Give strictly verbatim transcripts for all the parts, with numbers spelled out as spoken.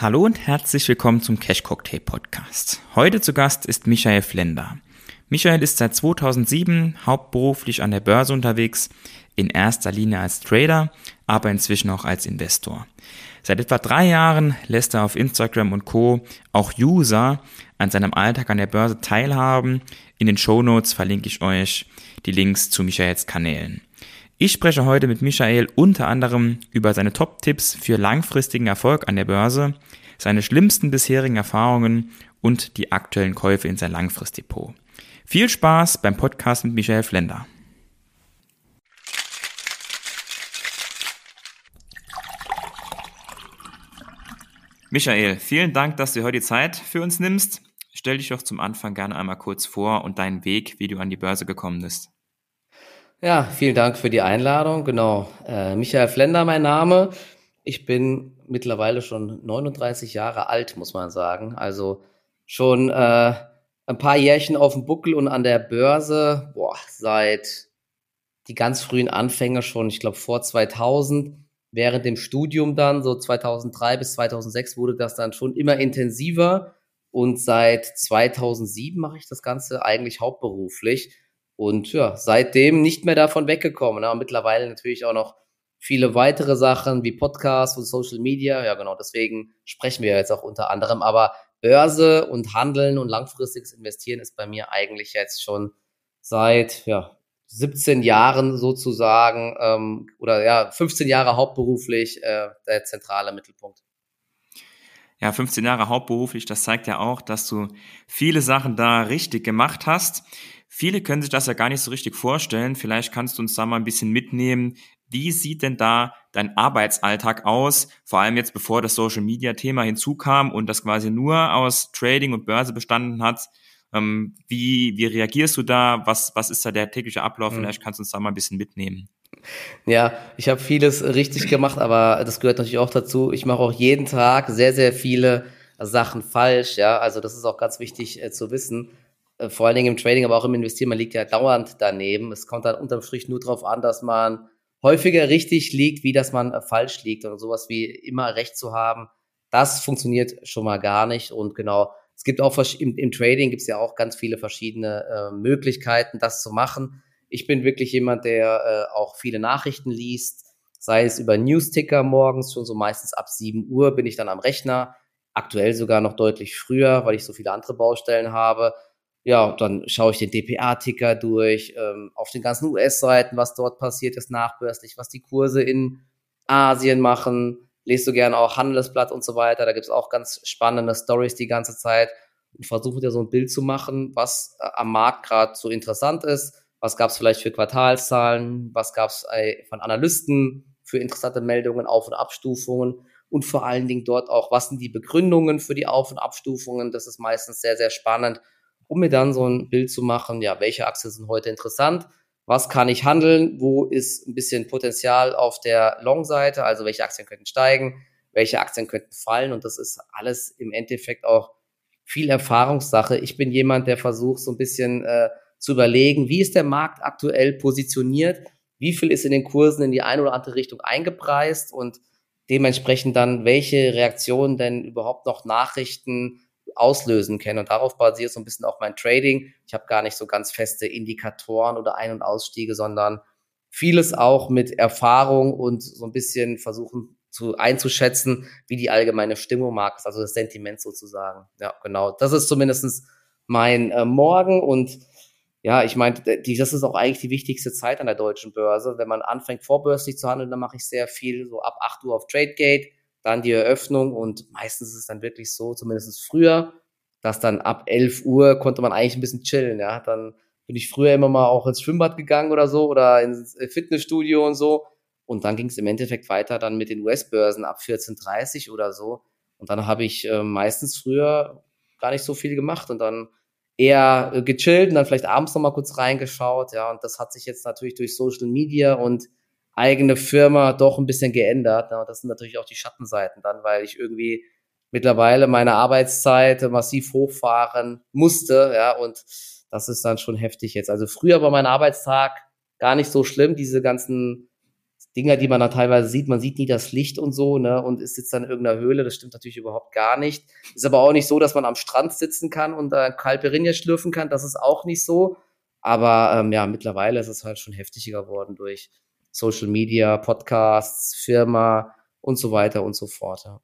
Hallo und herzlich willkommen zum Cash Cocktail Podcast. Heute zu Gast ist Michael Flender. Michael ist seit zweitausendsieben hauptberuflich an der Börse unterwegs, in erster Linie als Trader, aber inzwischen auch als Investor. Seit etwa drei Jahren lässt er auf Instagram und Co. auch User an seinem Alltag an der Börse teilhaben. In den Shownotes verlinke ich euch die Links zu Michaels Kanälen. Ich spreche heute mit Michael unter anderem über seine Top-Tipps für langfristigen Erfolg an der Börse, seine schlimmsten bisherigen Erfahrungen und die aktuellen Käufe in sein Langfristdepot. Viel Spaß beim Podcast mit Michael Flender. Michael, vielen Dank, dass du heute die Zeit für uns nimmst. Stell dich doch zum Anfang gerne einmal kurz vor und deinen Weg, wie du an die Börse gekommen bist. Ja, vielen Dank für die Einladung. Genau, äh, Michael Flender mein Name. Ich bin mittlerweile schon neununddreißig Jahre alt, muss man sagen. Also schon äh, ein paar Jährchen auf dem Buckel und an der Börse, boah, seit die ganz frühen Anfänge schon, ich glaube vor zweitausend. Während dem Studium dann, so zweitausenddrei bis zweitausendsechs, wurde das dann schon immer intensiver. Und seit zweitausendsieben mache ich das Ganze eigentlich hauptberuflich. Und ja, seitdem nicht mehr davon weggekommen. Ne? Mittlerweile natürlich auch noch viele weitere Sachen wie Podcasts und Social Media. Ja, genau, deswegen sprechen wir jetzt auch unter anderem. Aber Börse und Handeln und langfristiges Investieren ist bei mir eigentlich jetzt schon seit ja, siebzehn Jahren sozusagen ähm, oder ja, fünfzehn Jahre hauptberuflich äh, der zentrale Mittelpunkt. Ja, fünfzehn Jahre hauptberuflich, das zeigt ja auch, dass du viele Sachen da richtig gemacht hast. Viele können sich das ja gar nicht so richtig vorstellen. Vielleicht kannst du uns da mal ein bisschen mitnehmen. Wie sieht denn da dein Arbeitsalltag aus? Vor allem jetzt, bevor das Social-Media-Thema hinzukam und das quasi nur aus Trading und Börse bestanden hat. Ähm, wie, wie reagierst du da? Was, was ist da der tägliche Ablauf? Hm. Vielleicht kannst du uns da mal ein bisschen mitnehmen. Ja, ich habe vieles richtig gemacht, aber das gehört natürlich auch dazu. Ich mache auch jeden Tag sehr, sehr viele Sachen falsch. Ja, also das ist auch ganz wichtig äh, zu wissen. Vor allen Dingen im Trading, aber auch im Investieren, man liegt ja dauernd daneben. Es kommt dann unterm Strich nur darauf an, dass man häufiger richtig liegt, wie dass man falsch liegt. Und sowas wie immer recht zu haben, das funktioniert schon mal gar nicht. Und genau, es gibt auch im, im Trading gibt es ja auch ganz viele verschiedene äh, Möglichkeiten, das zu machen. Ich bin wirklich jemand, der äh, auch viele Nachrichten liest, sei es über Newsticker morgens, schon so meistens ab sieben Uhr bin ich dann am Rechner. Aktuell sogar noch deutlich früher, weil ich so viele andere Baustellen habe. Ja, dann schaue ich den D P A-Ticker durch, ähm, auf den ganzen U S-Seiten, was dort passiert ist nachbörslich, was die Kurse in Asien machen, lese so gerne auch Handelsblatt und so weiter, da gibt's auch ganz spannende Stories die ganze Zeit und versuche dir so ein Bild zu machen, was äh, am Markt gerade so interessant ist, was gab's vielleicht für Quartalszahlen, was gab's äh, von Analysten für interessante Meldungen, Auf- und Abstufungen und vor allen Dingen dort auch, was sind die Begründungen für die Auf- und Abstufungen, das ist meistens sehr, sehr spannend, um mir dann so ein Bild zu machen, ja, welche Aktien sind heute interessant, was kann ich handeln, wo ist ein bisschen Potenzial auf der Long-Seite, also welche Aktien könnten steigen, welche Aktien könnten fallen und das ist alles im Endeffekt auch viel Erfahrungssache. Ich bin jemand, der versucht so ein bisschen äh, zu überlegen, wie ist der Markt aktuell positioniert, wie viel ist in den Kursen in die eine oder andere Richtung eingepreist und dementsprechend dann, welche Reaktionen denn überhaupt noch Nachrichten auslösen können. Und darauf basiert so ein bisschen auch mein Trading. Ich habe gar nicht so ganz feste Indikatoren oder Ein- und Ausstiege, sondern vieles auch mit Erfahrung und so ein bisschen versuchen zu einzuschätzen, wie die allgemeine Stimmung mag, also das Sentiment sozusagen. Ja, genau. Das ist zumindest mein äh, Morgen und ja, ich meine, das ist auch eigentlich die wichtigste Zeit an der deutschen Börse. Wenn man anfängt, vorbörslich zu handeln, dann mache ich sehr viel, so ab acht Uhr auf Tradegate, dann die Eröffnung und meistens ist es dann wirklich so, zumindest früher, dass dann ab elf Uhr konnte man eigentlich ein bisschen chillen, ja. Dann bin ich früher immer mal auch ins Schwimmbad gegangen oder so oder ins Fitnessstudio und so. Und dann ging es im Endeffekt weiter dann mit den U S-Börsen ab vierzehn Uhr dreißig oder so. Und dann habe ich äh, meistens früher gar nicht so viel gemacht und dann eher äh, gechillt und dann vielleicht abends noch mal kurz reingeschaut, ja. Und das hat sich jetzt natürlich durch Social Media und eigene Firma doch ein bisschen geändert. Ja, das sind natürlich auch die Schattenseiten dann, weil ich irgendwie mittlerweile meine Arbeitszeit massiv hochfahren musste, ja, und das ist dann schon heftig jetzt. Also früher war mein Arbeitstag gar nicht so schlimm, diese ganzen Dinger, die man dann teilweise sieht, man sieht nie das Licht und so, ne, und ist sitzt dann in irgendeiner Höhle, das stimmt natürlich überhaupt gar nicht. Ist aber auch nicht so, dass man am Strand sitzen kann und da Caipirinha schlürfen kann, das ist auch nicht so. Aber ähm, ja, mittlerweile ist es halt schon heftiger geworden durch Social Media, Podcasts, Firma und so weiter und so fort. Ja.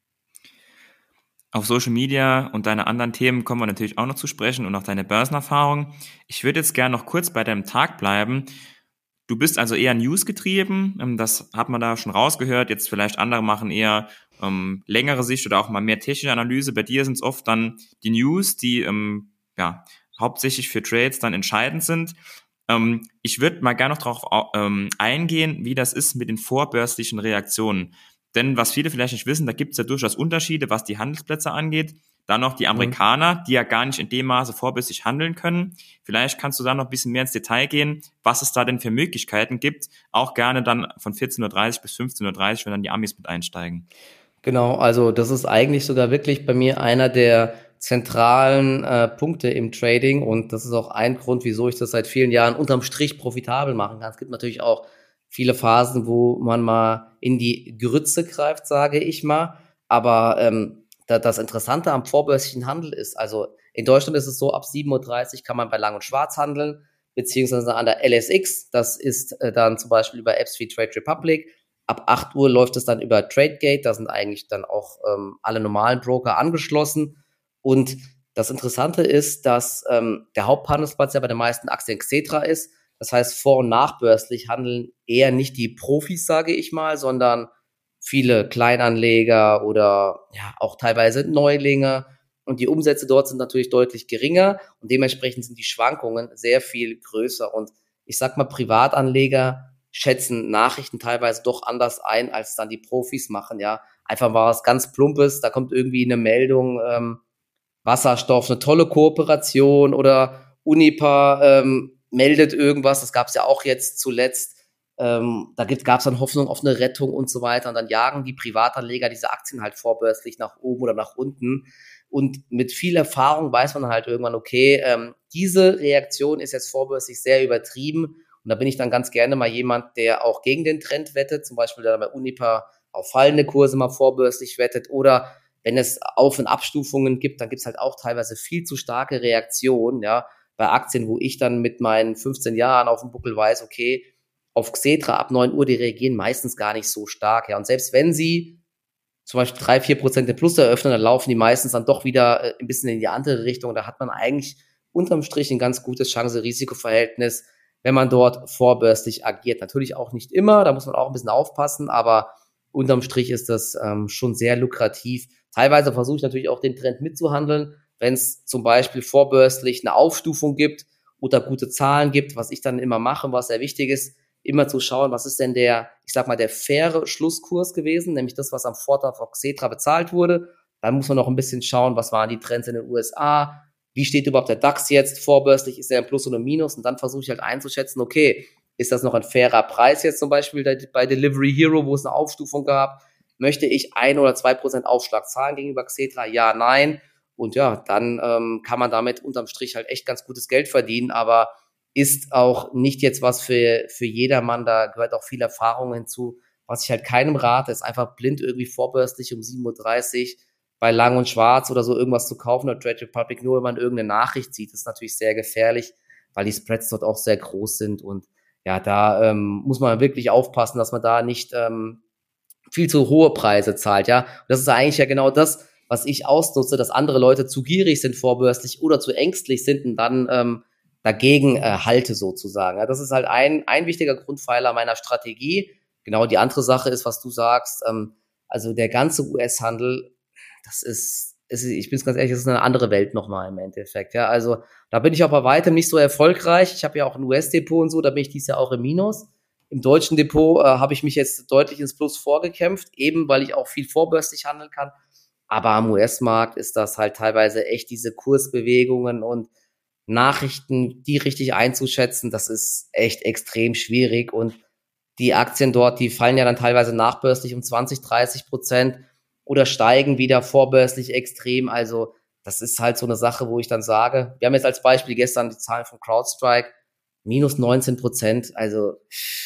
Auf Social Media und deine anderen Themen kommen wir natürlich auch noch zu sprechen und auch deine Börsenerfahrung. Ich würde jetzt gerne noch kurz bei deinem Tag bleiben. Du bist also eher newsgetrieben, das hat man da schon rausgehört. Jetzt vielleicht andere machen eher ähm, längere Sicht oder auch mal mehr technische Analyse. Bei dir sind es oft dann die News, die ähm, ja hauptsächlich für Trades dann entscheidend sind. Ähm, ich würde mal gerne noch darauf ähm, eingehen, wie das ist mit den vorbörslichen Reaktionen. Denn was viele vielleicht nicht wissen, da gibt es ja durchaus Unterschiede, was die Handelsplätze angeht. Dann noch die Amerikaner, die ja gar nicht in dem Maße vorbörslich handeln können. Vielleicht kannst du da noch ein bisschen mehr ins Detail gehen, was es da denn für Möglichkeiten gibt. Auch gerne dann von vierzehn Uhr dreißig bis fünfzehn Uhr dreißig, wenn dann die Amis mit einsteigen. Genau, also das ist eigentlich sogar wirklich bei mir einer der zentralen äh, Punkte im Trading und das ist auch ein Grund, wieso ich das seit vielen Jahren unterm Strich profitabel machen kann. Es gibt natürlich auch viele Phasen, wo man mal in die Grütze greift, sage ich mal, aber ähm, das Interessante am vorbörslichen Handel ist, also in Deutschland ist es so, ab sieben Uhr dreißig kann man bei Lang und Schwarz handeln, beziehungsweise an der L S X, das ist äh, dann zum Beispiel über Apps wie Trade Republic. Ab acht Uhr läuft es dann über TradeGate, da sind eigentlich dann auch ähm, alle normalen Broker angeschlossen. Und das Interessante ist, dass ähm, der Haupthandelsplatz ja bei den meisten Aktien Xetra ist. Das heißt, vor- und nachbörslich handeln eher nicht die Profis, sage ich mal, sondern viele Kleinanleger oder ja auch teilweise Neulinge. Und die Umsätze dort sind natürlich deutlich geringer und dementsprechend sind die Schwankungen sehr viel größer. Und ich sag mal, Privatanleger schätzen Nachrichten teilweise doch anders ein, als es dann die Profis machen, ja. Einfach mal was ganz Plumpes, da kommt irgendwie eine Meldung, ähm, Wasserstoff, eine tolle Kooperation oder Unipa ähm, meldet irgendwas, das gab es ja auch jetzt zuletzt. Ähm, da gab es dann Hoffnung auf eine Rettung und so weiter. Und dann jagen die Privatanleger diese Aktien halt vorbörslich nach oben oder nach unten. Und mit viel Erfahrung weiß man dann halt irgendwann, okay, ähm, diese Reaktion ist jetzt vorbörslich sehr übertrieben. Und da bin ich dann ganz gerne mal jemand, der auch gegen den Trend wettet. Zum Beispiel der bei Unipa auf fallende Kurse mal vorbörslich wettet. Oder wenn es Auf- und Abstufungen gibt, dann gibt es halt auch teilweise viel zu starke Reaktionen, ja, bei Aktien, wo ich dann mit meinen fünfzehn Jahren auf dem Buckel weiß, okay, auf Xetra ab neun Uhr, die reagieren meistens gar nicht so stark, ja. Und selbst wenn sie zum Beispiel drei, vier Prozent im Plus eröffnen, dann laufen die meistens dann doch wieder äh, ein bisschen in die andere Richtung. Da hat man eigentlich unterm Strich ein ganz gutes Chance-Risiko-Verhältnis, wenn man dort vorbörslich agiert. Natürlich auch nicht immer, da muss man auch ein bisschen aufpassen, aber unterm Strich ist das ähm, schon sehr lukrativ. Teilweise versuche ich natürlich auch den Trend mitzuhandeln, wenn es zum Beispiel vorbörslich eine Aufstufung gibt oder gute Zahlen gibt, was ich dann immer mache, was sehr wichtig ist, immer zu schauen, was ist denn der, ich sag mal, der faire Schlusskurs gewesen, nämlich das, was am Vortag auf Xetra bezahlt wurde. Dann muss man noch ein bisschen schauen, was waren die Trends in den U S A, wie steht überhaupt der DAX jetzt vorbörslich, ist er ein Plus oder ein Minus? Und dann versuche ich halt einzuschätzen, okay, ist das noch ein fairer Preis jetzt zum Beispiel bei Delivery Hero, wo es eine Aufstufung gab? Möchte ich ein oder zwei Prozent Aufschlag zahlen gegenüber Xetra? Ja, nein. Und ja, dann ähm, kann man damit unterm Strich halt echt ganz gutes Geld verdienen, aber ist auch nicht jetzt was für, für jedermann, da gehört auch viel Erfahrung hinzu. Was ich halt keinem rate, ist einfach blind irgendwie vorbörslich um sieben Uhr dreißig bei Lang und Schwarz oder so irgendwas zu kaufen oder Trade Republic, nur wenn man irgendeine Nachricht sieht, ist natürlich sehr gefährlich, weil die Spreads dort auch sehr groß sind und ja, da ähm, muss man wirklich aufpassen, dass man da nicht ähm, viel zu hohe Preise zahlt, ja. Und das ist eigentlich ja genau das, was ich ausnutze, dass andere Leute zu gierig sind vorbörslich oder zu ängstlich sind und dann ähm, dagegen äh, halte sozusagen. Ja, das ist halt ein, ein wichtiger Grundpfeiler meiner Strategie. Genau, die andere Sache ist, was du sagst, ähm, also der ganze U S-Handel, das ist, ist, ich bin ganz ehrlich, das ist eine andere Welt nochmal im Endeffekt. Ja, also da bin ich auch bei weitem nicht so erfolgreich. Ich habe ja auch ein U S-Depot und so, da bin ich dieses Jahr auch im Minus. Im deutschen Depot äh, habe ich mich jetzt deutlich ins Plus vorgekämpft, eben weil ich auch viel vorbörslich handeln kann. Aber am U S-Markt ist das halt teilweise echt diese Kursbewegungen und Nachrichten, die richtig einzuschätzen, das ist echt extrem schwierig. Und die Aktien dort, die fallen ja dann teilweise nachbörslich um zwanzig, dreißig Prozent oder steigen wieder vorbörslich extrem. Also das ist halt so eine Sache, wo ich dann sage, wir haben jetzt als Beispiel gestern die Zahlen von CrowdStrike, minus neunzehn Prozent. Also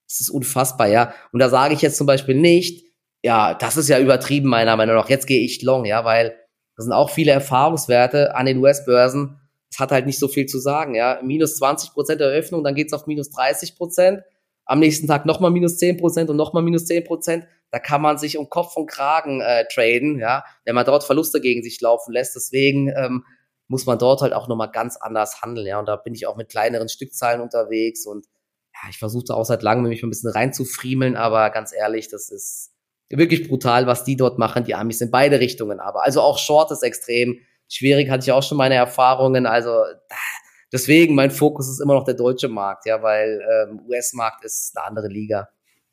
Das ist unfassbar, ja. Und da sage ich jetzt zum Beispiel nicht, ja, das ist ja übertrieben meiner Meinung nach, jetzt gehe ich long, ja, weil das sind auch viele Erfahrungswerte an den U S-Börsen. Das hat halt nicht so viel zu sagen, ja. Minus zwanzig Prozent Eröffnung, dann geht's auf minus dreißig Prozent. Am nächsten Tag nochmal minus zehn Prozent und nochmal minus zehn Prozent. Da kann man sich um Kopf und Kragen äh, traden, ja, wenn man dort Verluste gegen sich laufen lässt. Deswegen ähm, muss man dort halt auch nochmal ganz anders handeln, ja. Und da bin ich auch mit kleineren Stückzahlen unterwegs und ja, ich versuche auch seit langem, mich ein bisschen reinzufriemeln, aber ganz ehrlich, das ist wirklich brutal, was die dort machen, die Amis in beide Richtungen. Aber also auch Short ist extrem schwierig, hatte ich auch schon meine Erfahrungen. Also deswegen, mein Fokus ist immer noch der deutsche Markt, ja, weil ähm, U S-Markt ist eine andere Liga.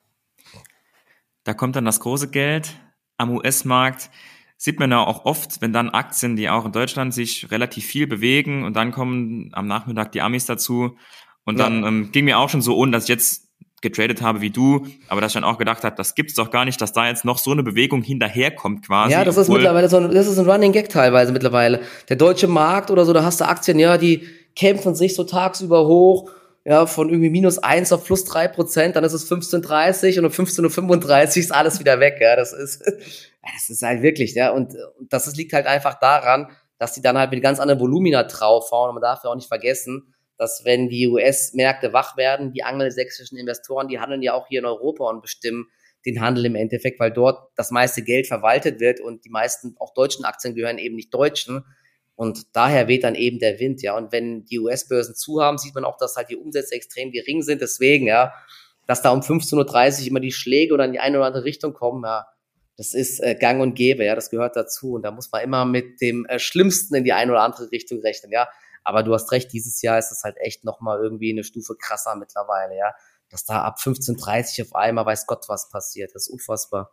Da kommt dann das große Geld am U S-Markt. Sieht man ja auch oft, wenn dann Aktien, die auch in Deutschland sich relativ viel bewegen und dann kommen am Nachmittag die Amis dazu. Und dann ja. ähm, ging mir auch schon so, ohne dass ich jetzt getradet habe wie du, aber dass ich dann auch gedacht habe, das gibt's doch gar nicht, dass da jetzt noch so eine Bewegung hinterherkommt quasi. Ja, das ist mittlerweile so ein, das ist ein Running Gag teilweise mittlerweile. Der deutsche Markt oder so, da hast du Aktien, ja, die kämpfen sich so tagsüber hoch, ja, von irgendwie minus eins auf plus drei Prozent, dann ist es fünfzehn Uhr dreißig und um fünfzehn Uhr fünfunddreißig ist alles wieder weg, ja, das ist, das ist halt wirklich, ja, und, und das ist, liegt halt einfach daran, dass die dann halt mit ganz anderen Volumina draufhauen und man darf ja auch nicht vergessen, dass wenn die U S-Märkte wach werden, die angelsächsischen Investoren, die handeln ja auch hier in Europa und bestimmen den Handel im Endeffekt, weil dort das meiste Geld verwaltet wird und die meisten auch deutschen Aktien gehören eben nicht Deutschen und daher weht dann eben der Wind, ja, und wenn die U S-Börsen zu haben, sieht man auch, dass halt die Umsätze extrem gering sind, deswegen, ja, dass da um fünfzehn Uhr dreißig immer die Schläge oder in die eine oder andere Richtung kommen, ja, das ist äh, gang und gäbe, ja, das gehört dazu und da muss man immer mit dem äh, Schlimmsten in die eine oder andere Richtung rechnen, ja. Aber du hast recht, dieses Jahr ist es halt echt nochmal irgendwie eine Stufe krasser mittlerweile, ja. Dass da ab fünfzehn Uhr dreißig auf einmal weiß Gott was passiert. Das ist unfassbar.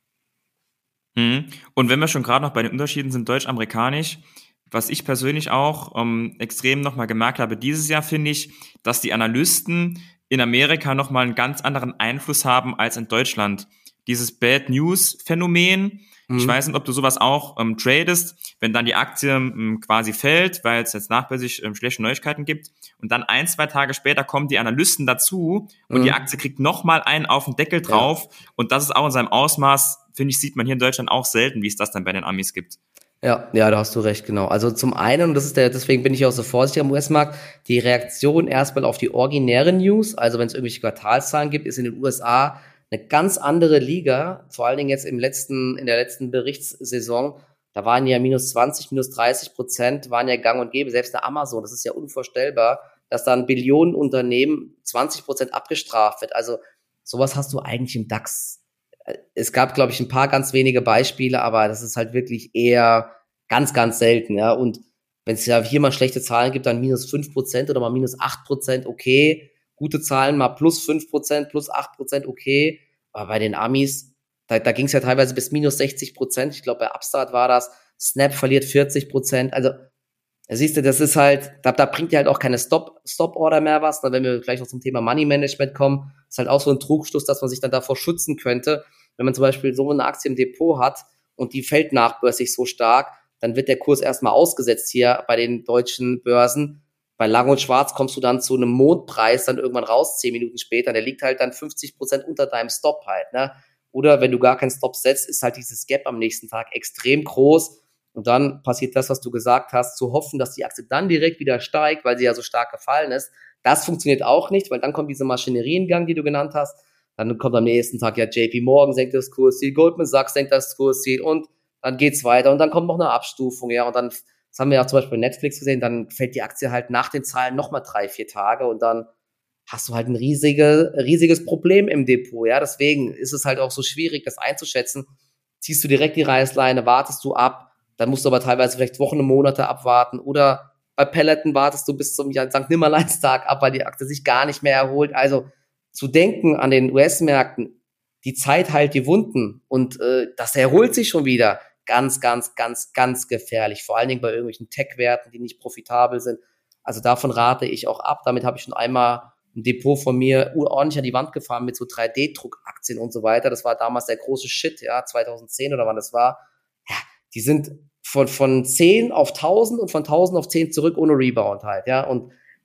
Mhm. Und wenn wir schon gerade noch bei den Unterschieden sind, deutsch-amerikanisch, was ich persönlich auch ähm, extrem nochmal gemerkt habe dieses Jahr, finde ich, dass die Analysten in Amerika nochmal einen ganz anderen Einfluss haben als in Deutschland. Dieses Bad News-Phänomen, ich mhm. weiß nicht, ob du sowas auch ähm, tradest, wenn dann die Aktie ähm, quasi fällt, weil es jetzt nachbörslich ähm, schlechte Neuigkeiten gibt und dann ein, zwei Tage später kommen die Analysten dazu und mhm. die Aktie kriegt nochmal einen auf den Deckel drauf ja. und das ist auch in seinem Ausmaß, finde ich, sieht man hier in Deutschland auch selten, wie es das dann bei den Amis gibt. Ja, ja, da hast du recht, genau. Also zum einen, und das ist der, deswegen bin ich auch so vorsichtig am U S-Markt, die Reaktion erstmal auf die originären News, also wenn es irgendwelche Quartalszahlen gibt, ist in den U S A eine ganz andere Liga, vor allen Dingen jetzt im letzten, in der letzten Berichtssaison, da waren ja minus zwanzig, minus dreißig Prozent, waren ja gang und gäbe, selbst der Amazon, das ist ja unvorstellbar, dass da ein Billionenunternehmen zwanzig Prozent abgestraft wird, also sowas hast du eigentlich im DAX. Es gab, glaube ich, ein paar ganz wenige Beispiele, aber das ist halt wirklich eher ganz, ganz selten, ja, und wenn es ja hier mal schlechte Zahlen gibt, dann minus fünf Prozent oder mal minus acht Prozent, okay, gute Zahlen, mal plus fünf Prozent, plus acht Prozent, okay. Aber bei den Amis, da, da ging es ja teilweise bis minus sechzig Prozent. Ich glaube, bei Upstart war das. Snap verliert vierzig Prozent. Also, da siehst du, das ist halt, da, da bringt dir halt auch keine Stop, Stop-Order mehr was. Wenn wir gleich noch zum Thema Money Management kommen, ist halt auch so ein Trugschluss, dass man sich dann davor schützen könnte. Wenn man zum Beispiel so eine Aktie im Depot hat und die fällt nachbörslich so stark, dann wird der Kurs erstmal ausgesetzt hier bei den deutschen Börsen. Bei Lang und Schwarz kommst du dann zu einem Mondpreis dann irgendwann raus, zehn Minuten später. Der liegt halt dann fünfzig Prozent unter deinem Stop halt, ne? Oder wenn du gar keinen Stop setzt, ist halt dieses Gap am nächsten Tag extrem groß. Und dann passiert das, was du gesagt hast, zu hoffen, dass die Aktie dann direkt wieder steigt, weil sie ja so stark gefallen ist. Das funktioniert auch nicht, weil dann kommt diese Maschinerie in Gang, die du genannt hast. Dann kommt am nächsten Tag ja J P Morgan senkt das Kursziel, Goldman Sachs senkt das Kursziel und dann geht's weiter. Und dann kommt noch eine Abstufung, ja, und dann das haben wir ja zum Beispiel bei Netflix gesehen, dann fällt die Aktie halt nach den Zahlen nochmal drei, vier Tage und dann hast du halt ein riesige, riesiges Problem im Depot, ja, deswegen ist es halt auch so schwierig, das einzuschätzen. Ziehst du direkt die Reißleine, wartest du ab, dann musst du aber teilweise vielleicht Wochen und Monate abwarten oder bei Peloton wartest du bis zum Sankt Nimmerleinstag ab, weil die Aktie sich gar nicht mehr erholt. Also zu denken an den U S-Märkten, die Zeit heilt die Wunden und äh, das erholt sich schon wieder. Ganz, ganz, ganz, ganz gefährlich. Vor allen Dingen bei irgendwelchen Tech-Werten, die nicht profitabel sind. Also davon rate ich auch ab. Damit habe ich schon einmal ein Depot von mir ordentlich an die Wand gefahren mit so drei D Druck-Aktien und so weiter. Das war damals der große Shit, ja, zweitausendzehn oder wann das war. Ja, die sind von, von zehn auf tausend und von tausend auf zehn zurück ohne Rebound halt, ja. Und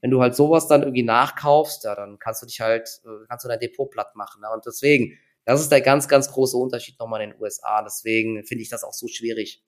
wenn du halt sowas dann irgendwie nachkaufst, ja, dann kannst du dich halt, äh, kannst du dein Depot platt machen. Ne? Und deswegen, das ist der ganz, ganz große Unterschied nochmal in den U S A. Deswegen finde ich das auch so schwierig.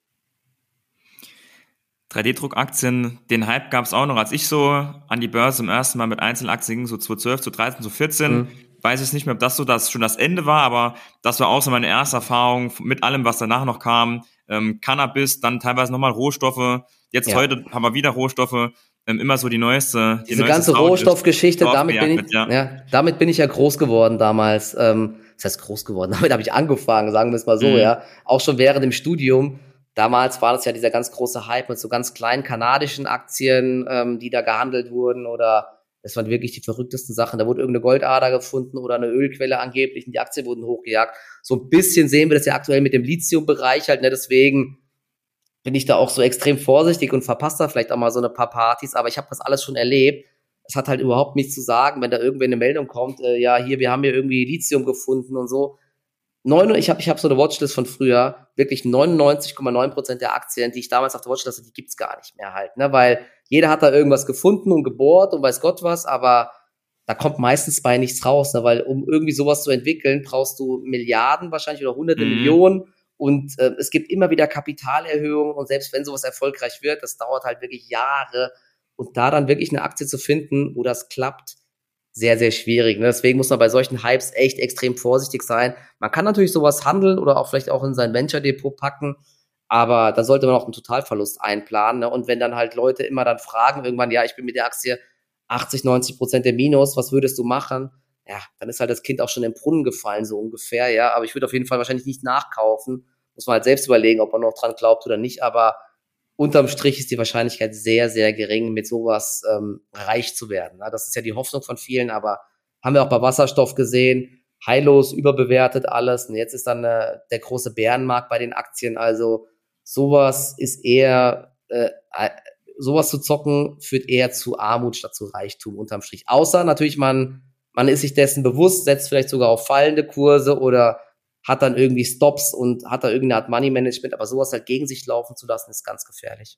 drei D Druck-Aktien, den Hype gab es auch noch, als ich so an die Börse zum ersten Mal mit Einzelaktien ging, so zwanzig zwölf, zwanzig dreizehn, zwanzig vierzehn. Mhm. Weiß ich nicht mehr, ob das so das schon das Ende war, aber das war auch so meine erste Erfahrung mit allem, was danach noch kam. Ähm, Cannabis, dann teilweise nochmal Rohstoffe. Jetzt ja. Heute haben wir wieder Rohstoffe. Ähm, immer so die neueste. Die Diese neueste ganze Sound Rohstoffgeschichte, damit bin, ich, ja. Ja, damit bin ich ja groß geworden damals. Ähm, das heißt groß geworden, damit habe ich angefangen, sagen wir es mal so, mhm. ja. Auch schon während dem Studium. Damals war das ja dieser ganz große Hype mit so ganz kleinen kanadischen Aktien, ähm, die da gehandelt wurden, oder das waren wirklich die verrücktesten Sachen. Da wurde irgendeine Goldader gefunden oder eine Ölquelle angeblich und die Aktien wurden hochgejagt. So ein bisschen sehen wir das ja aktuell mit dem Lithium-Bereich halt, ne? Deswegen bin ich da auch so extrem vorsichtig und verpasse da vielleicht auch mal so eine paar Partys, aber ich habe das alles schon erlebt. Es hat halt überhaupt nichts zu sagen, wenn da irgendwer eine Meldung kommt, äh, ja, hier, wir haben hier irgendwie Lithium gefunden und so. Neun, ich habe ich hab so eine Watchlist von früher, wirklich neunundneunzig Komma neun Prozent der Aktien, die ich damals auf der Watchlist hatte, die gibt's gar nicht mehr halt, ne, weil jeder hat da irgendwas gefunden und gebohrt und weiß Gott was, aber da kommt meistens bei nichts raus, ne, weil um irgendwie sowas zu entwickeln, brauchst du Milliarden wahrscheinlich oder hunderte mhm. Millionen und äh, es gibt immer wieder Kapitalerhöhungen und selbst wenn sowas erfolgreich wird, das dauert halt wirklich Jahre und da dann wirklich eine Aktie zu finden, wo das klappt, sehr, sehr schwierig. Ne? Deswegen muss man bei solchen Hypes echt extrem vorsichtig sein. Man kann natürlich sowas handeln oder auch vielleicht auch in sein Venture-Depot packen, aber da sollte man auch einen Totalverlust einplanen. Ne? Und wenn dann halt Leute immer dann fragen, irgendwann, ja, ich bin mit der Aktie achtzig, neunzig Prozent der Minus, was würdest du machen? Ja, dann ist halt das Kind auch schon im Brunnen gefallen, so ungefähr, ja. Aber ich würde auf jeden Fall wahrscheinlich nicht nachkaufen. Muss man halt selbst überlegen, ob man noch dran glaubt oder nicht, aber unterm Strich ist die Wahrscheinlichkeit sehr, sehr gering, mit sowas ähm, reich zu werden. Das ist ja die Hoffnung von vielen, aber haben wir auch bei Wasserstoff gesehen, heillos überbewertet alles. Und jetzt ist dann äh, der große Bärenmarkt bei den Aktien. Also sowas ist eher, äh, sowas zu zocken führt eher zu Armut statt zu Reichtum unterm Strich. Außer natürlich, man, man ist sich dessen bewusst, setzt vielleicht sogar auf fallende Kurse oder hat dann irgendwie Stops und hat da irgendeine Art Money-Management, aber sowas halt gegen sich laufen zu lassen, ist ganz gefährlich.